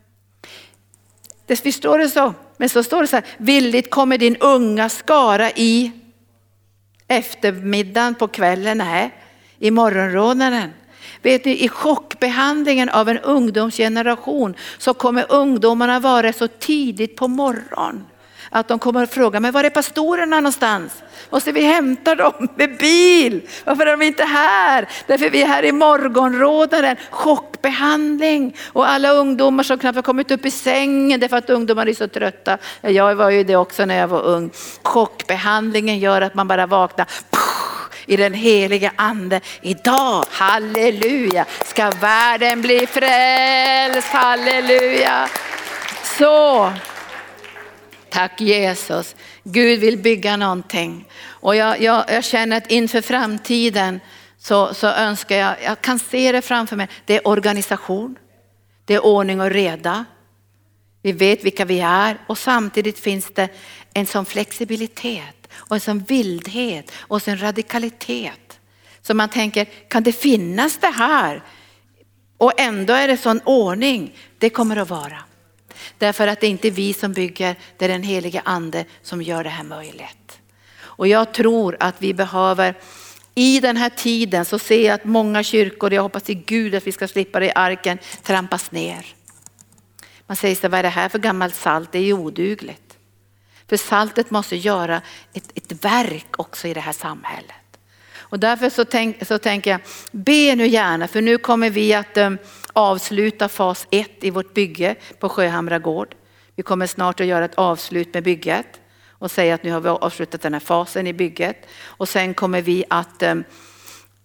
Det står det så. Men så står det så här: villigt kommer din unga skara i eftermiddagen, på kvällen, nej, i morgonrådnaden. Vet ni, i chockbehandlingen av en ungdomsgeneration så kommer ungdomarna vara så tidigt på morgon att de kommer att fråga: men var är pastorerna någonstans? Måste vi hämta dem med bil? Varför är de inte här? Därför vi är här i morgonrådnaden. Chockbehandling. Och alla ungdomar som knappt har kommit upp i sängen därför att ungdomar är så trötta. Jag var ju det också när jag var ung. Chockbehandlingen gör att man bara vaknar i den heliga ande. Idag, halleluja, ska världen bli frälst. Halleluja. Så, tack Jesus. Gud vill bygga någonting. Och jag känner att inför framtiden så önskar jag kan se det framför mig. Det är organisation. Det är ordning och reda. Vi vet vilka vi är. Och samtidigt finns det en sån flexibilitet. Och en sån vildhet. Och en sån radikalitet. Så man tänker, kan det finnas det här? Och ändå är det sån ordning. Det kommer att vara. Därför att det är inte vi som bygger, det är den helige ande som gör det här möjligt. Och jag tror att vi behöver, i den här tiden så ser jag att många kyrkor, jag hoppas till Gud att vi ska slippa det i arken, trampas ner. Man säger så, vad är det här för gammalt salt? Det är ju odugligt. För saltet måste göra ett verk också i det här samhället. Och därför så tänker jag, be nu gärna, för nu kommer vi att avsluta fas 1 i vårt bygge på Sjöhamra gård. Vi kommer snart att göra ett avslut med bygget och säga att nu har vi avslutat den här fasen i bygget. Och sen kommer vi att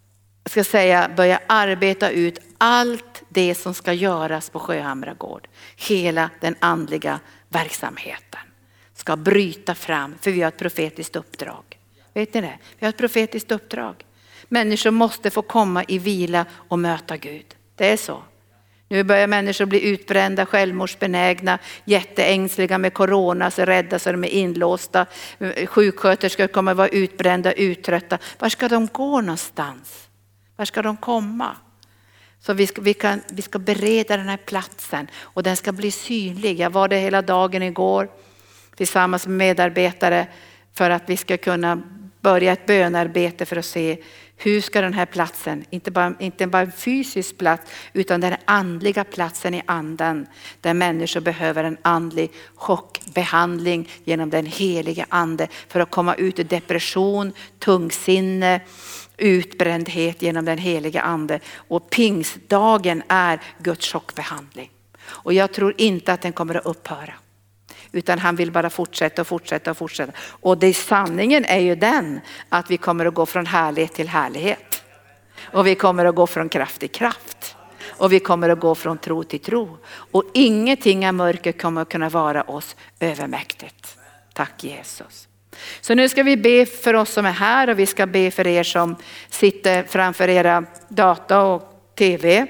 ska säga, börja arbeta ut allt det som ska göras på Sjöhamra gård. Hela den andliga verksamheten ska bryta fram, för vi har ett profetiskt uppdrag. Vet ni det? Vi har ett profetiskt uppdrag. Människor måste få komma i vila och möta Gud. Det är så. Nu börjar människor bli utbrända, självmordsbenägna, jätteängsliga med corona, så rädda så de är inlåsta. Sjuksköterskor kommer att vara utbrända, uttrötta. Var ska de gå någonstans? Var ska de komma? Så vi ska bereda den här platsen och den ska bli synlig. Jag var där hela dagen igår tillsammans med medarbetare för att vi ska kunna börja ett bönarbete för att se hur ska den här platsen, inte bara en fysisk plats utan den andliga platsen i anden, där människor behöver en andlig chockbehandling genom den heliga ande för att komma ut ur depression, tungsinne, utbrändhet genom den heliga ande. Och pingstdagen är Guds chockbehandling. Och jag tror inte att den kommer att upphöra. Utan han vill bara fortsätta och fortsätta och fortsätta. Och det sanningen är ju den att vi kommer att gå från härlighet till härlighet. Och vi kommer att gå från kraft till kraft. Och vi kommer att gå från tro till tro. Och ingenting av mörker kommer att kunna vara oss övermäktigt. Tack Jesus. Så nu ska vi be för oss som är här och vi ska be för er som sitter framför era data och tv.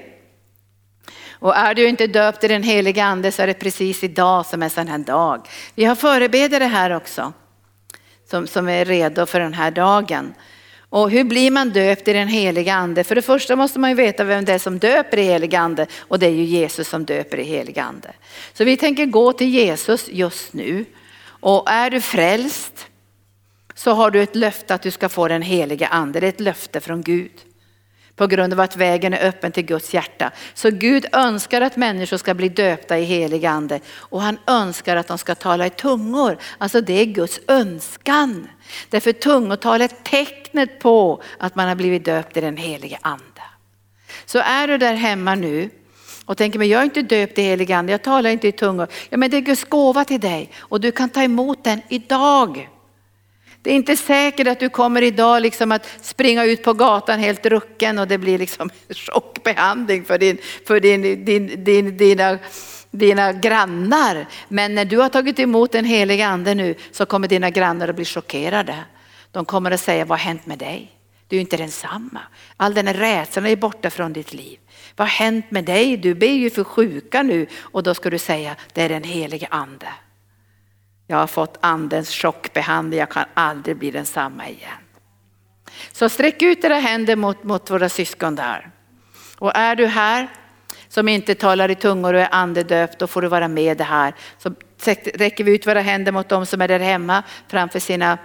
Och är du inte döpt i den heliga ande så är det precis idag som är sån här dag. Vi har förebedjare här också som är redo för den här dagen. Och hur blir man döpt i den heliga ande? För det första måste man ju veta vem det är som döper i heliga ande. Och det är ju Jesus som döper i heliga ande. Så vi tänker gå till Jesus just nu. Och är du frälst så har du ett löfte att du ska få den heliga ande. Det är ett löfte från Gud. På grund av att vägen är öppen till Guds hjärta. Så Gud önskar att människor ska bli döpta i helig ande. Och han önskar att de ska tala i tungor. Alltså det är Guds önskan. Därför tungotal är tecknet på att man har blivit döpt i den heliga ande. Så är du där hemma nu och tänker, men jag är inte döpt i helig ande, jag talar inte i tungor. Ja, men det är Guds gåva till dig och du kan ta emot den idag. Det är inte säkert att du kommer idag liksom att springa ut på gatan helt rucken och det blir liksom chockbehandling för dina grannar. Men när du har tagit emot den heliga ande nu så kommer dina grannar att bli chockerade. De kommer att säga, vad har hänt med dig? Du är inte densamma. All den här rädslan är borta från ditt liv. Vad har hänt med dig? Du ber ju för sjuka nu. Och då ska du säga, det är den heliga ande. Jag har fått andens chockbehandling. Jag kan aldrig bli densamma igen. Så sträck ut era händer mot våra syskon där. Och är du här som inte talar i tungor och är andedöpt, då får du vara med det här. Så räcker vi ut våra händer mot dem som är där hemma framför sina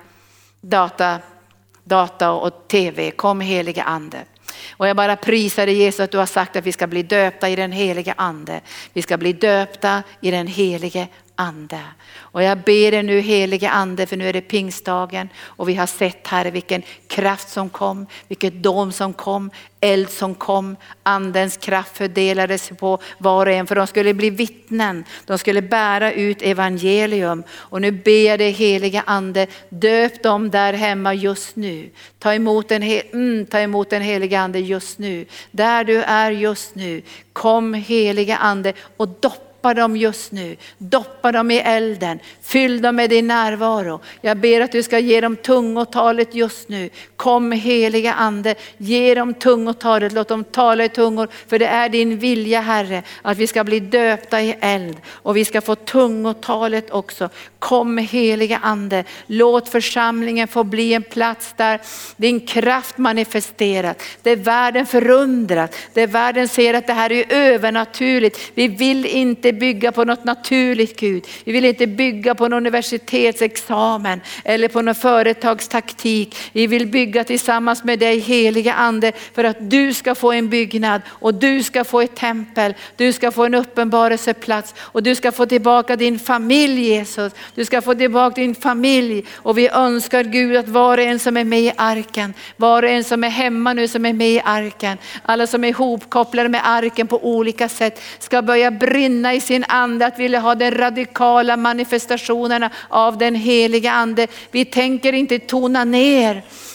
data och tv. Kom heliga ande. Och jag bara prisar dig Jesus att du har sagt att vi ska bli döpta i den heliga ande. Vi ska bli döpta i den helige ande. Och jag ber dig nu heliga ande, för nu är det pingstdagen och vi har sett här vilken kraft som kom, vilket dom som kom, eld som kom, andens kraft fördelades på var och en för de skulle bli vittnen, de skulle bära ut evangelium. Och nu ber jag dig heliga ande, döp dem där hemma just nu. Ta emot den heliga ande just nu, där du är just nu. Kom heliga ande och doppa dem just nu. Doppa dem i elden. Fyll dem med din närvaro. Jag ber att du ska ge dem tungotalet just nu. Kom heliga ande. Ge dem tungotalet. Låt dem tala i tungor. För det är din vilja, Herre, att vi ska bli döpta i eld. Och vi ska få tungotalet också. Kom heliga ande. Låt församlingen få bli en plats där din kraft manifesteras. Där världen förundras. Där världen ser att det här är övernaturligt. Vi vill inte bygga på något naturligt, Gud. Vi vill inte bygga på någon universitetsexamen eller på någon företagstaktik. Vi vill bygga tillsammans med dig heliga ande för att du ska få en byggnad och du ska få ett tempel. Du ska få en uppenbarelseplats och du ska få tillbaka din familj, Jesus. Du ska få tillbaka din familj och vi önskar Gud att var och en som är med i arken, var och en som är hemma nu som är med i arken, alla som är ihopkopplade med arken på olika sätt ska börja brinna i sin ande att vilja ha den radikala manifestationerna av den heliga ande. Vi tänker inte tona ner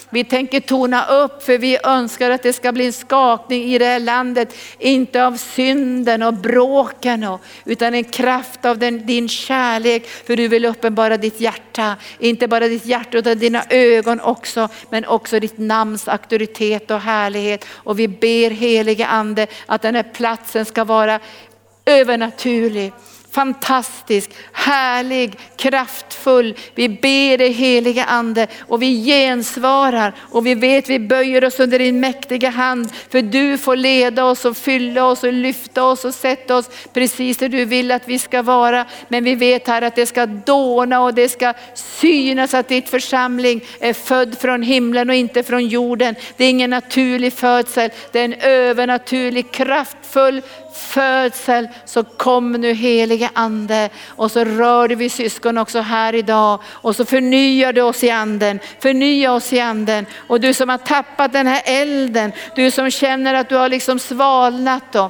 Vi tänker tona upp, för vi önskar att det ska bli en skakning i det här landet. Inte av synden och bråken, utan en kraft av din kärlek. För du vill uppenbara ditt hjärta. Inte bara ditt hjärta utan dina ögon också. Men också ditt namns auktoritet och härlighet. Och vi ber helige ande att den här platsen ska vara övernaturlig. Fantastisk, härlig, kraftfull. Vi ber dig heliga ande och vi gensvarar och vi vet vi böjer oss under din mäktiga hand. För du får leda oss och fylla oss och lyfta oss och sätta oss precis där du vill att vi ska vara. Men vi vet här att det ska dåna och det ska synas att ditt församling är född från himlen och inte från jorden. Det är ingen naturlig födsel, det är en övernaturlig, kraftfull födsel. Så kom nu heliga ande och så rör vi syskon också här idag och så förnyar du oss i anden. Förnya oss i anden. Och du som har tappat den här elden, du som känner att du har liksom svalnat då.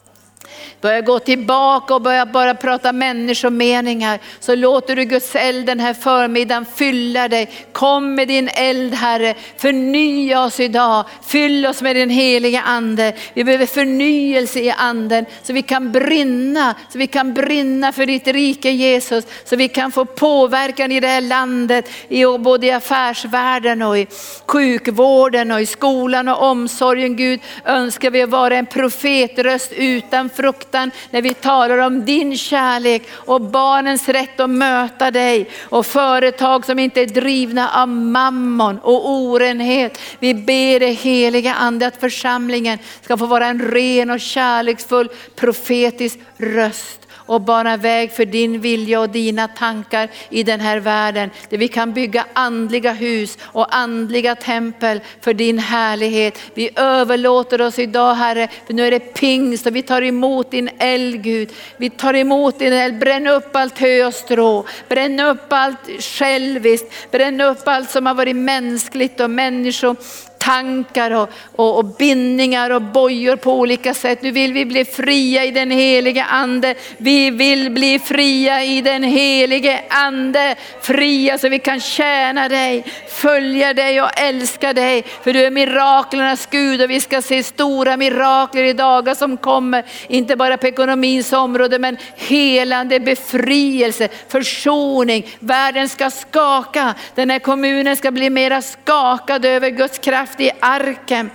Börja gå tillbaka och börja bara prata människomeningar. Så låter du Guds eld den här förmiddagen fylla dig. Kom med din eld, Herre. Förnya oss idag. Fyll oss med din heliga ande. Vi behöver förnyelse i anden. Så vi kan brinna. Så vi kan brinna för ditt rike, Jesus. Så vi kan få påverkan i det här landet. Både i affärsvärlden och i sjukvården och i skolan och omsorgen. Gud, önskar vi vara en profetröst utan fruktan. När vi talar om din kärlek och barnens rätt att möta dig. Och företag som inte är drivna av mammon och orenhet. Vi ber dig heliga ande att församlingen ska få vara en ren och kärleksfull profetisk röst. Och bana väg för din vilja och dina tankar i den här världen. Där vi kan bygga andliga hus och andliga tempel för din härlighet. Vi överlåter oss idag, Herre, för nu är det pingst och vi tar emot din eld, Gud. Vi tar emot din eld, bränn upp allt hö och strå. Bränn upp allt själviskt. Bränn upp allt som har varit mänskligt och tankar och bindningar och bojor på olika sätt. Nu vill vi bli fria i den helige ande. Vi vill bli fria i den helige ande. Fria så vi kan tjäna dig, följa dig och älska dig. För du är miraklernas Gud och vi ska se stora mirakler i dagar som kommer. Inte bara på ekonomins område men helande, befrielse, försoning. Världen ska skaka. Den här kommunen ska bli mera skakad över Guds kraft i arken.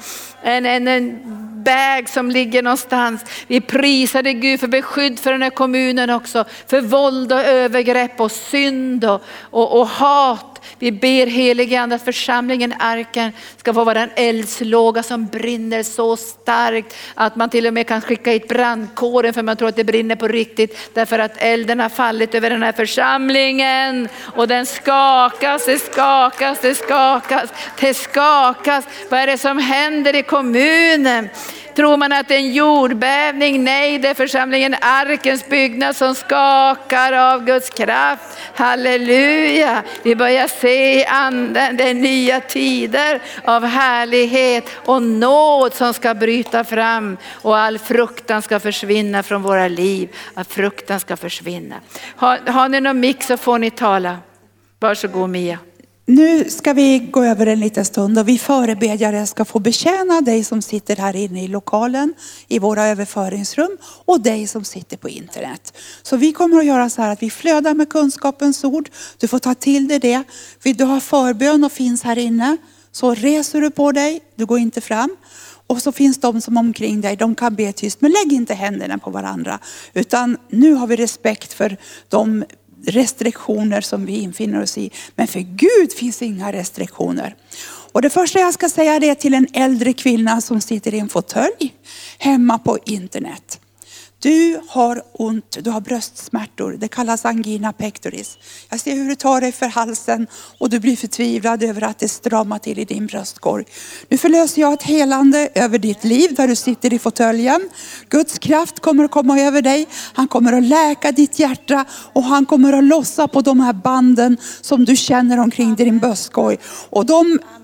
En bag som ligger någonstans. Vi prisar dig, Gud, för beskydd för den här kommunen också. För våld och övergrepp och synd och hat. Vi ber helige ande att församlingen arken ska få vara en eldslåga som brinner så starkt att man till och med kan skicka hit brandkåren för man tror att det brinner på riktigt. Därför att elden har fallit över den här församlingen och den skakas, det skakas, det skakas, det skakas. Vad är det som händer i kommunen? Tror man att det är en jordbävning? Nej, det är församlingen arkens byggnad som skakar av Guds kraft. Halleluja. Vi börjar se i anden, det är nya tider av härlighet och nåd som ska bryta fram. Och all fruktan ska försvinna från våra liv. All fruktan ska försvinna. Har ni någon mix så får ni tala. Varsågod Mia. Nu ska vi gå över en liten stund och vi förebedjare ska få betjäna dig som sitter här inne i lokalen, i våra överföringsrum och dig som sitter på internet. Så vi kommer att göra så här att vi flödar med kunskapens ord. Du får ta till dig det. Vill du ha förbön och finns här inne så reser du på dig, du går inte fram. Och så finns de som omkring dig, de kan be tyst. Men lägg inte händerna på varandra. Utan nu har vi respekt för de restriktioner som vi infinner oss i. Men för Gud finns inga restriktioner. Och det första jag ska säga det är till en äldre kvinna som sitter i en fåtölj hemma på internet. Du har ont, du har bröstsmärtor. Det kallas angina pectoris. Jag ser hur du tar dig för halsen och du blir förtvivlad över att det stramar till i din bröstkorg. Nu förlöser jag ett helande över ditt liv där du sitter i fåtöljen. Guds kraft kommer att komma över dig. Han kommer att läka ditt hjärta och han kommer att lossa på de här banden som du känner omkring din bröstkorg. Och de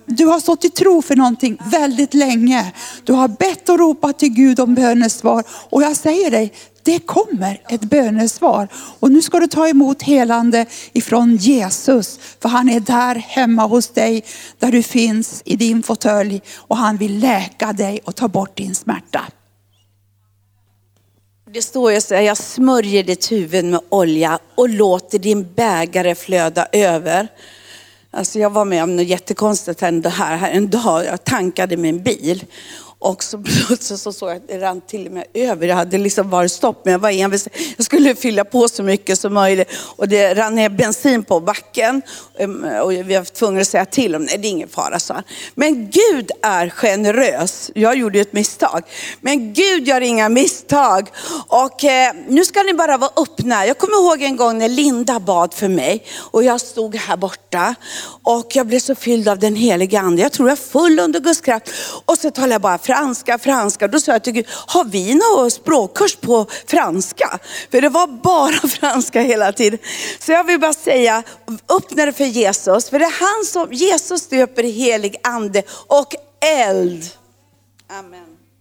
Du har stått i tro för någonting väldigt länge. Du har bett och ropat till Gud om bönesvar. Och jag säger dig, det kommer ett bönesvar. Och nu ska du ta emot helande ifrån Jesus. För han är där hemma hos dig, där du finns i din fåtölj. Och han vill läka dig och ta bort din smärta. Det står ju så här, jag smörjer ditt huvud med olja och låter din bägare flöda över. Alltså jag var med om något jättekonstigt här en dag. Jag tankade min bil. Och så plötsligt så såg jag att det rann till och med över. Jag hade liksom varit stopp, men jag var envis. Jag skulle fylla på så mycket som möjligt. Och det rann ner bensin på backen. Och vi var tvungna att säga till om nej, det är ingen fara, så. Men Gud är generös. Jag gjorde ett misstag. Men Gud gör inga misstag. Och nu ska ni bara vara öppna. Jag kommer ihåg en gång när Linda bad för mig. Och jag stod här borta. Och jag blev så fylld av den heliga ande. Jag tror jag full under Guds kraft. Och så talade jag bara franska. Då sa jag till Gud, har vi någon språkkurs på franska? För det var bara franska hela tiden. Så jag vill bara säga, öppna det för Jesus. För det är han som, Jesus döper i helig ande och eld. Amen.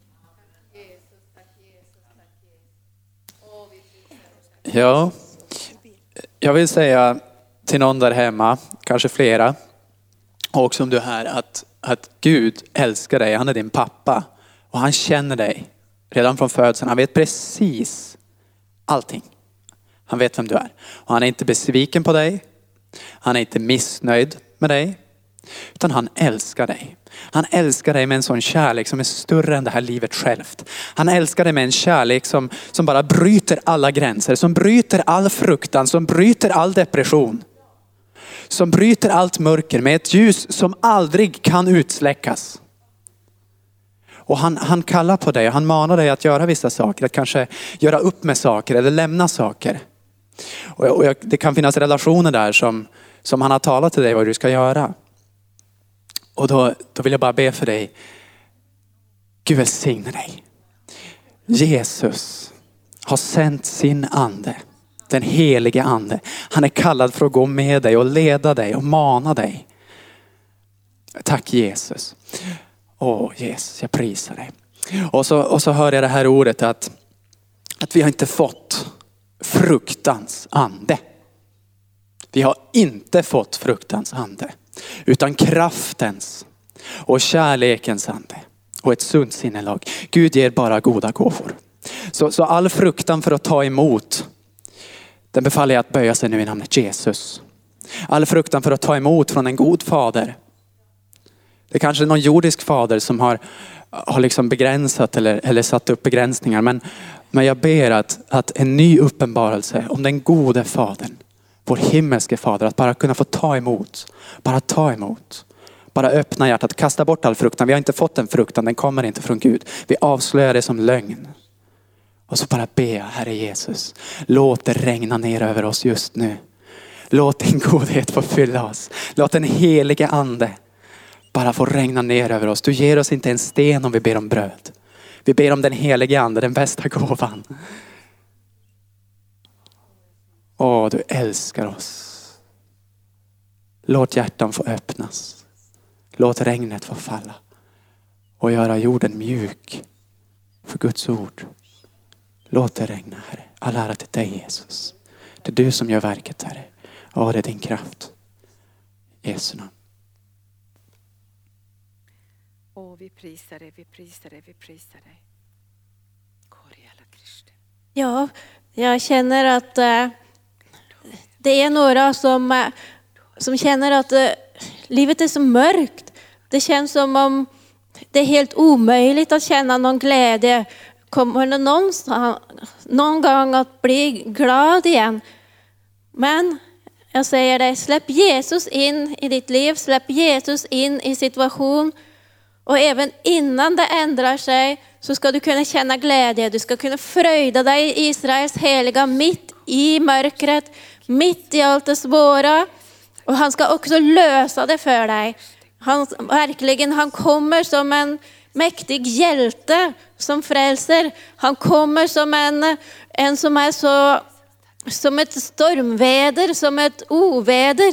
Ja, jag vill säga till någon där hemma, kanske flera, och också om du är här, att Gud älskar dig. Han är din pappa och han känner dig redan från födseln. Han vet precis allting. Han vet vem du är. Och han är inte besviken på dig. Han är inte missnöjd med dig. Utan han älskar dig. Han älskar dig med en sån kärlek som är större än det här livet självt. Han älskar dig med en kärlek som bara bryter alla gränser. Som bryter all fruktan. Som bryter all depression. Som bryter allt mörker med ett ljus som aldrig kan utsläckas. Och han kallar på dig. Han manar dig att göra vissa saker. Att kanske göra upp med saker eller lämna saker. Och det kan finnas relationer där som han har talat till dig vad du ska göra. Och då vill jag bara be för dig. Gud välsigne dig. Jesus har sänt sin ande. Den helige ande. Han är kallad för att gå med dig och leda dig och mana dig. Tack Jesus. Jesus, jag prisar dig. Och så hör jag det här ordet att vi har inte fått fruktans ande. Vi har inte fått fruktans ande. Utan kraftens och kärlekens ande. Och ett sunt sinnelag. Gud ger bara goda gåvor. Så all fruktan för att ta emot, den befaller jag att böja sig nu i namnet Jesus. All fruktan för att ta emot från en god fader. Det är kanske någon jordisk fader som har liksom begränsat eller satt upp begränsningar. Men jag ber att en ny uppenbarelse om den gode fadern. Vår himmelske fader, att bara kunna få ta emot. Bara ta emot. Bara öppna hjärtat, kasta bort all fruktan. Vi har inte fått den fruktan, den kommer inte från Gud. Vi avslöjar det som lögn. Och så bara be, Herre Jesus, låt det regna ner över oss just nu. Låt din godhet få fylla oss. Låt den helige ande bara få regna ner över oss. Du ger oss inte en sten om vi ber om bröd. Vi ber om den helige ande, den bästa gåvan. Du älskar oss. Låt hjärtan få öppnas. Låt regnet få falla. Och göra jorden mjuk för Guds ord. Låt det regna, Herre. All ära till dig, Jesus. Det är du som gör verket, Herre. Det är din kraft. Jesu namn. Vi prisar dig, vi prisar dig, vi prisar dig. Ja, jag känner att det är några som känner att livet är så mörkt. Det känns som om det är helt omöjligt att känna någon glädje. Kommer det någon gång att bli glad igen? Men jag säger det, släpp Jesus in i ditt liv. Släpp Jesus in i situation. Och även innan det ändrar sig så ska du kunna känna glädje. Du ska kunna fröjda dig i Israels heliga mitt i mörkret. Mitt i allt det svåra. Och han ska också lösa det för dig. Han kommer som en mäktig hjälte som frälser. Han kommer som en som är så som ett stormväder, som ett oväder.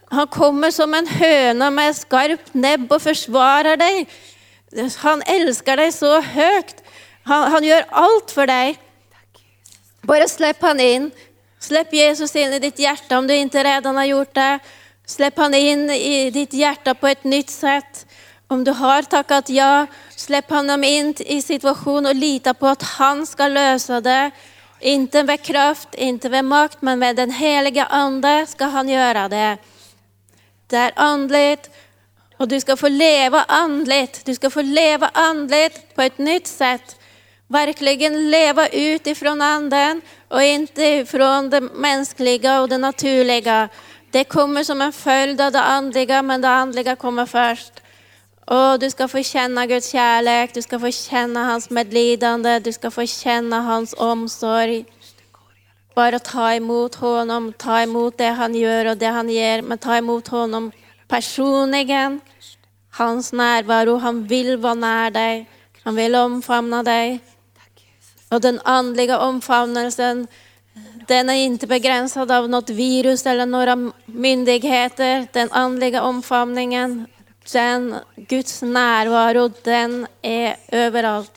Han kommer som en höna med skarpt näbb och försvarar dig. Han älskar dig så högt. Han gör allt för dig. Bara släpp han in. Släpp Jesus in i ditt hjärta om du inte redan har gjort det. Släpp han in i ditt hjärta på ett nytt sätt. Om du har tackat ja, släpp honom in i situation och lita på att han ska lösa det. Inte med kraft, inte med makt, men med den heliga ande ska han göra det. Det är andligt och du ska få leva andligt. Du ska få leva andligt på ett nytt sätt. Verkligen leva utifrån anden och inte ifrån det mänskliga och det naturliga. Det kommer som en följd av det andliga, men det andliga kommer först. Och du ska få känna Guds kärlek, du ska få känna hans medlidande, du ska få känna hans omsorg. Bara ta emot honom, ta emot det han gör och det han ger, men ta emot honom personligen. Hans närvaro, han vill vara nära dig, han vill omfamna dig. Och den andliga omfamnelsen, den är inte begränsad av något virus eller några myndigheter. Den andliga omfamningen, den Guds närvaro, den är överallt.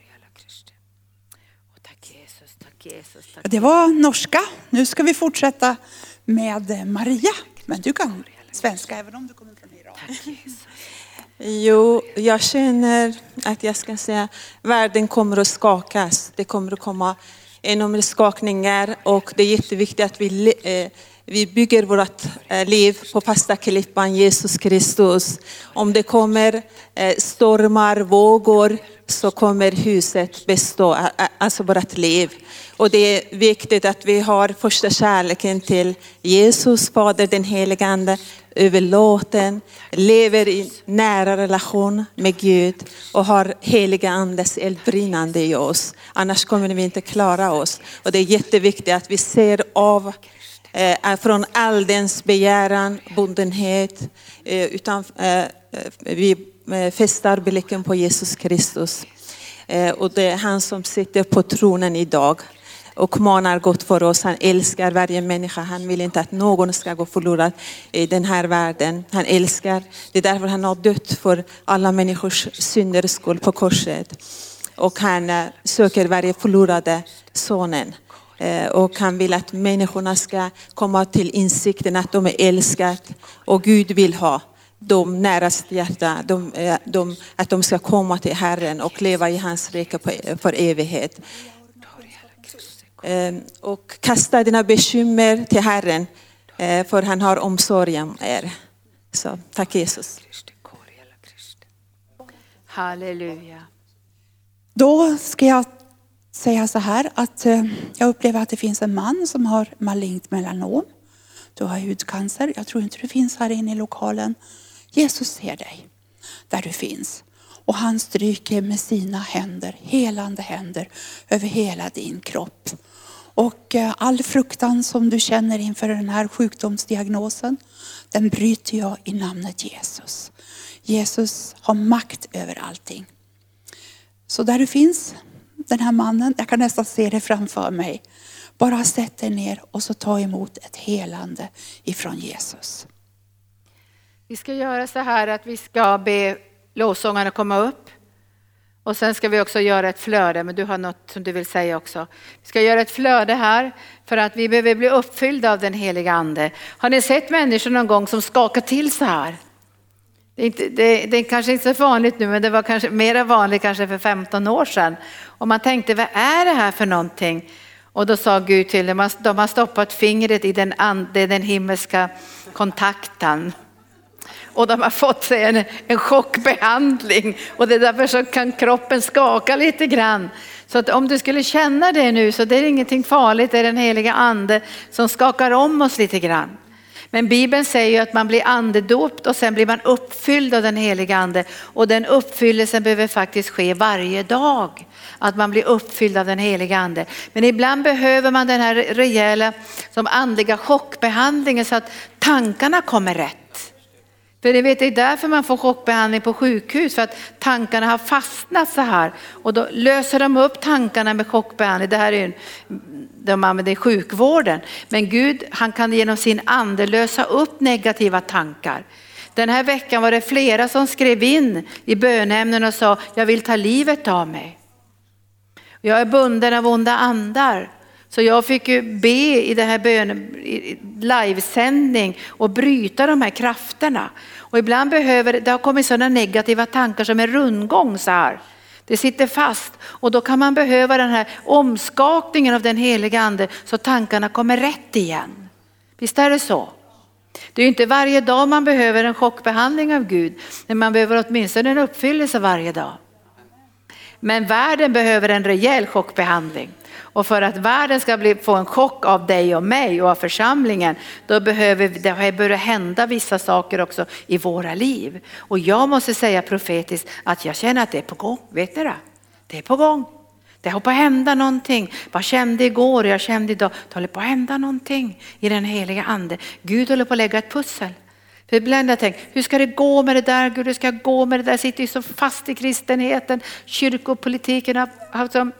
Det var norska. Nu ska vi fortsätta med Maria. Men du kan svenska även om du kommer från Iran. Jo, jag känner att jag ska säga världen kommer att skakas. Det kommer att komma enorma skakningar och det är jätteviktigt att vi bygger vårt liv på fasta klippan Jesus Kristus. Om det kommer stormar, vågor, så kommer huset bestå, alltså vårt liv. Och det är viktigt att vi har första kärleken till Jesus, Fader, den helige Ande, överlåten, lever i nära relation med Gud och har heliga Andes eld brinnande i oss. Annars kommer vi inte klara oss. Och det är jätteviktigt att vi ser av från all dens begäran, bundenhet, utan vi fäster blicken på Jesus Kristus. Och det är han som sitter på tronen idag och manar gott för oss. Han älskar varje människa. Han vill inte att någon ska gå förlorad i den här världen. Han älskar. Det är därför han har dött för alla människors synders skull på korset. Och han söker varje förlorade sonen. Och han vill att människorna ska komma till insikten att de är älskade. Och Gud vill ha de nära sitt hjärta. Att de ska komma till Herren och leva i hans rike för evighet. Och kasta dina bekymmer till Herren, för han har omsorg om er. Så tack Jesus. Halleluja. Då ska jag säga så här att jag upplever att det finns en man som har malignt melanom. Du har hudcancer. Jag tror inte du finns här inne i lokalen. Jesus ser dig där du finns. Och han stryker med sina händer, helande händer, över hela din kropp. Och all fruktan som du känner inför den här sjukdomsdiagnosen, den bryter jag i namnet Jesus. Jesus har makt över allting. Så där du finns, den här mannen, jag kan nästan se det framför mig. Bara sätt dig ner och så ta emot ett helande ifrån Jesus. Vi ska göra så här att vi ska be lovsångarna komma upp. Och sen ska vi också göra ett flöde, men du har något som du vill säga också. Vi ska göra ett flöde här för att vi behöver bli uppfyllda av den heliga ande. Har ni sett människor någon gång som skakar till så här? Det är kanske inte så vanligt nu, men det var kanske mer vanligt kanske för 15 år sedan. Och man tänkte, vad är det här för någonting? Och då sa Gud till dem, de har stoppat fingret i den himmelska kontakten. Och de har fått sig en chockbehandling. Och det är därför så kan kroppen skaka lite grann. Så att om du skulle känna det nu, så det är ingenting farligt. Det är den heliga ande som skakar om oss lite grann. Men Bibeln säger ju att man blir andedopt och sen blir man uppfylld av den heliga ande. Och den uppfyllelsen behöver faktiskt ske varje dag. Att man blir uppfylld av den heliga ande. Men ibland behöver man den här rejäla som andliga chockbehandlingen så att tankarna kommer rätt. För det är därför man får chockbehandling på sjukhus, för att tankarna har fastnat så här. Och då löser de upp tankarna med chockbehandling. Det här är de använder i sjukvården. Men Gud, han kan genom sin ande lösa upp negativa tankar. Den här veckan var det flera som skrev in i bönämnen och sa, jag vill ta livet av mig. Jag är bunden av onda andar. Så jag fick ju be i den här livesändning och bryta de här krafterna. Och ibland det har kommit sådana negativa tankar som en rundgång så här. Det sitter fast och då kan man behöva den här omskakningen av den heliga ande så tankarna kommer rätt igen. Visst är det så? Det är ju inte varje dag man behöver en chockbehandling av Gud, men man behöver åtminstone en uppfyllelse varje dag. Men världen behöver en rejäl chockbehandling. Och för att världen ska få en chock av dig och mig och av församlingen, då behöver det hända vissa saker också i våra liv. Och jag måste säga profetiskt att jag känner att det är på gång. Vet ni det? Det är på gång. Det håller på att hända någonting. Jag kände igår och jag kände idag. Det håller på att hända någonting i den heliga ande. Gud håller på att lägga ett pussel. För ibland har jag tänkt, hur ska det gå med det där? Gud, hur ska jag gå med det där? Jag sitter ju så fast i kristenheten. Kyrkopolitiken har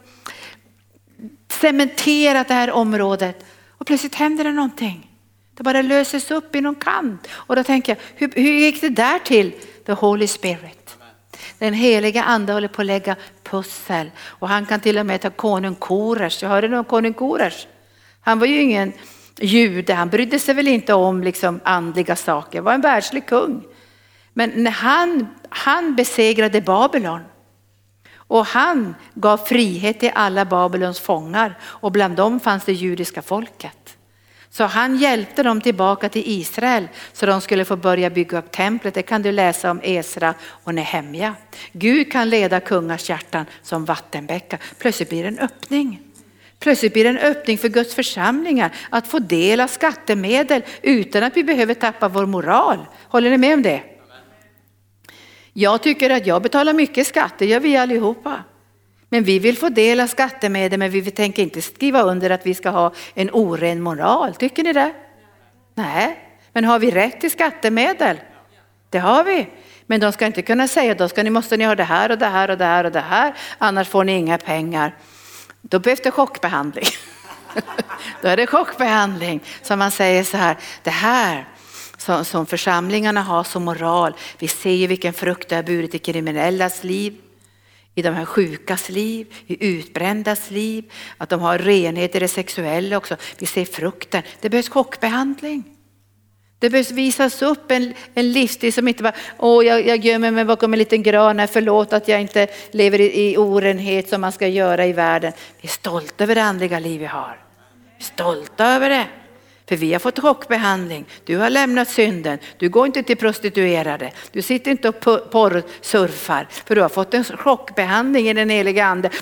cementerat det här området. Och plötsligt händer det någonting. Det bara löses upp i någon kant. Och då tänker jag, hur gick det där till? The Holy Spirit. Den heliga ande håller på att lägga pussel. Och han kan till och med ta konung Koresh. Jag hörde någon konung Koresh. Han var ju ingen jude. Han brydde sig väl inte om liksom andliga saker. Han var en världslig kung. Men när han besegrade Babylon. Och han gav frihet till alla Babylons fångar. Och bland dem fanns det judiska folket. Så han hjälpte dem tillbaka till Israel. Så de skulle få börja bygga upp templet. Det kan du läsa om Esra och Nehemja. Gud kan leda kungars hjärtan som vattenbäckar. Plötsligt blir det en öppning. Plötsligt blir det en öppning för Guds församlingar. Att få del av skattemedel utan att vi behöver tappa vår moral. Håller ni med om det? Jag tycker att jag betalar mycket skatt, det gör vi allihopa. Men vi vill få del av skattemedel, men vi tänker inte skriva under att vi ska ha en oren moral. Tycker ni det? Nej, men har vi rätt till skattemedel? Det har vi. Men de ska inte kunna säga, då måste ni ha det här och det här och det här och det här. Annars får ni inga pengar. Då behövs det chockbehandling. Då är det chockbehandling. Som man säger så här, det här som församlingarna har som moral. Vi ser ju vilken frukt det har burit i kriminellas liv. I de här sjukas liv, i utbrändas liv. Att de har renhet i det sexuella också. Vi ser frukten. Det behövs chockbehandling. Det behövs visas upp en livsstil som inte bara, jag gömmer mig bakom en liten gran, förlåt att jag inte lever i orenhet som man ska göra i världen. Vi är stolta över det andliga liv vi har. Vi är stolta över det. För vi har fått chockbehandling. Du har lämnat synden. Du går inte till prostituerade. Du sitter inte och porrsurfar. För du har fått en chockbehandling i den heliga ande.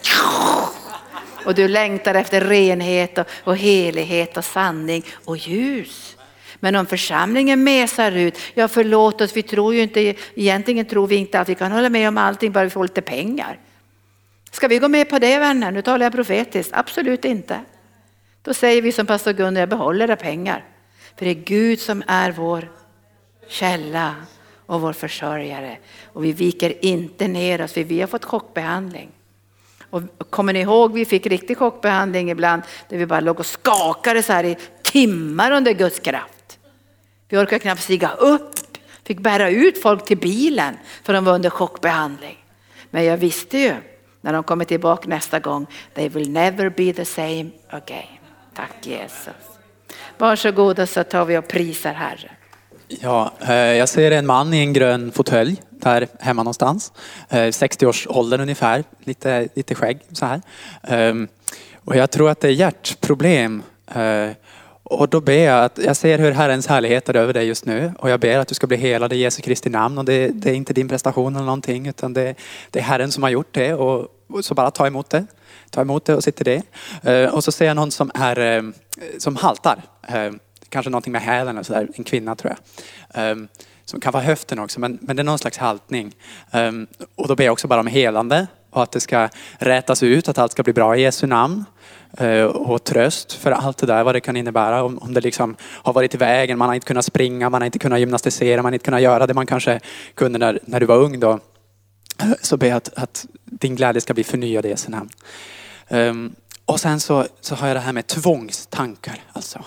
Och du längtar efter renhet och helighet och sanning och ljus. Men om församlingen mesar ut, ja förlåt oss, vi tror ju inte, egentligen tror vi inte att vi kan hålla med om allting bara vi får lite pengar. Ska vi gå med på det, vänner? Nu talar jag profetiskt. Absolut inte. Då säger vi som pastor Gunnar, jag behåller era pengar. För det är Gud som är vår källa och vår försörjare. Och vi viker inte ner oss, för vi har fått chockbehandling. Och kommer ni ihåg, vi fick riktig chockbehandling ibland, där vi bara låg och skakade så här i timmar under Guds kraft. Vi orkade knappt stiga upp, fick bära ut folk till bilen för de var under chockbehandling. Men jag visste ju, när de kommer tillbaka nästa gång, they will never be the same again. Tack Jesus. Varsågoda, så tar vi och prisar Herren. Ja, jag ser en man i en grön fåtölj där hemma någonstans. 60-årsåldern ungefär, lite skägg så här. Och jag tror att det är hjärtproblem. Och då ber jag att jag ser hur Herrens härlighet är över dig just nu. Och jag ber att du ska bli helad i Jesu Kristi namn. Och det är inte din prestation eller någonting, utan det är Herren som har gjort det. Och så bara ta emot det. Ta emot det och sitt i det. Och så ser jag någon som haltar. Kanske någonting med hälen eller sådär. En kvinna tror jag. Som kan vara höften också. Men det är någon slags haltning. Och då ber jag också bara om helande. Och att det ska rätas ut. Att allt ska bli bra i Jesu namn. och tröst för allt det där, vad det kan innebära om det liksom har varit i vägen. Man har inte kunnat springa, man har inte kunnat gymnastisera, man har inte kunnat göra det man kanske kunde när du var ung då. Så ber jag att din glädje ska bli förnyad i Jesu namn. Och sen så har jag det här med tvångstankar. Alltså.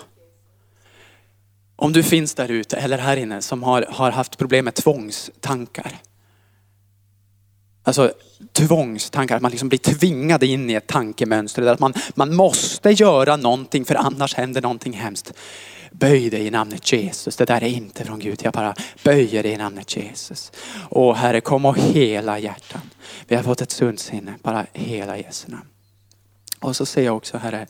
Om du finns där ute eller här inne som har haft problem med tvångstankar. Alltså tvångstankar, att man liksom blir tvingad in i ett tankemönster. Att man måste göra någonting för annars händer någonting hemskt. Böj dig i namnet Jesus. Det där är inte från Gud. Jag bara böjer dig i namnet Jesus. Och Herre, kom och hela hjärtan. Vi har fått ett sunt sinne. Bara hela Jesu namn. Och så ser jag också, Herre,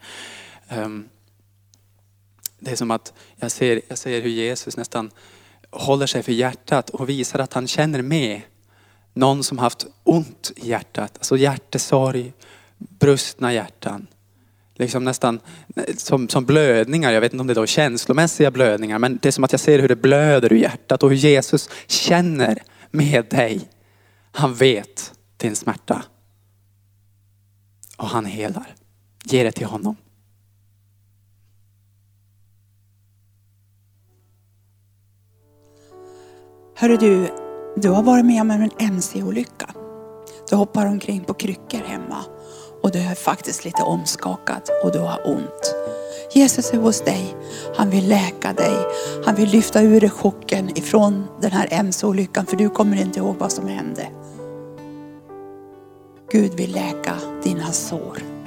det är som att jag ser hur Jesus nästan håller sig för hjärtat och visar att han känner med någon som haft ont i hjärtat. Alltså hjärtesorg, brustna hjärtan. Liksom nästan som blödningar. Jag vet inte om det är då känslomässiga blödningar. Men det är som att jag ser hur det blöder ur hjärtat. Och hur Jesus känner med dig. Han vet din smärta. Och han helar. Ge det till honom. Hörru du har varit med om en MC-olycka. Du hoppar omkring på kryckor hemma. Och du är faktiskt lite omskakad och du har ont. Jesus är hos dig. Han vill läka dig. Han vill lyfta ur dig chocken ifrån den här MC-olyckan. För du kommer inte ihåg vad som hände. Gud vill läka dina sår.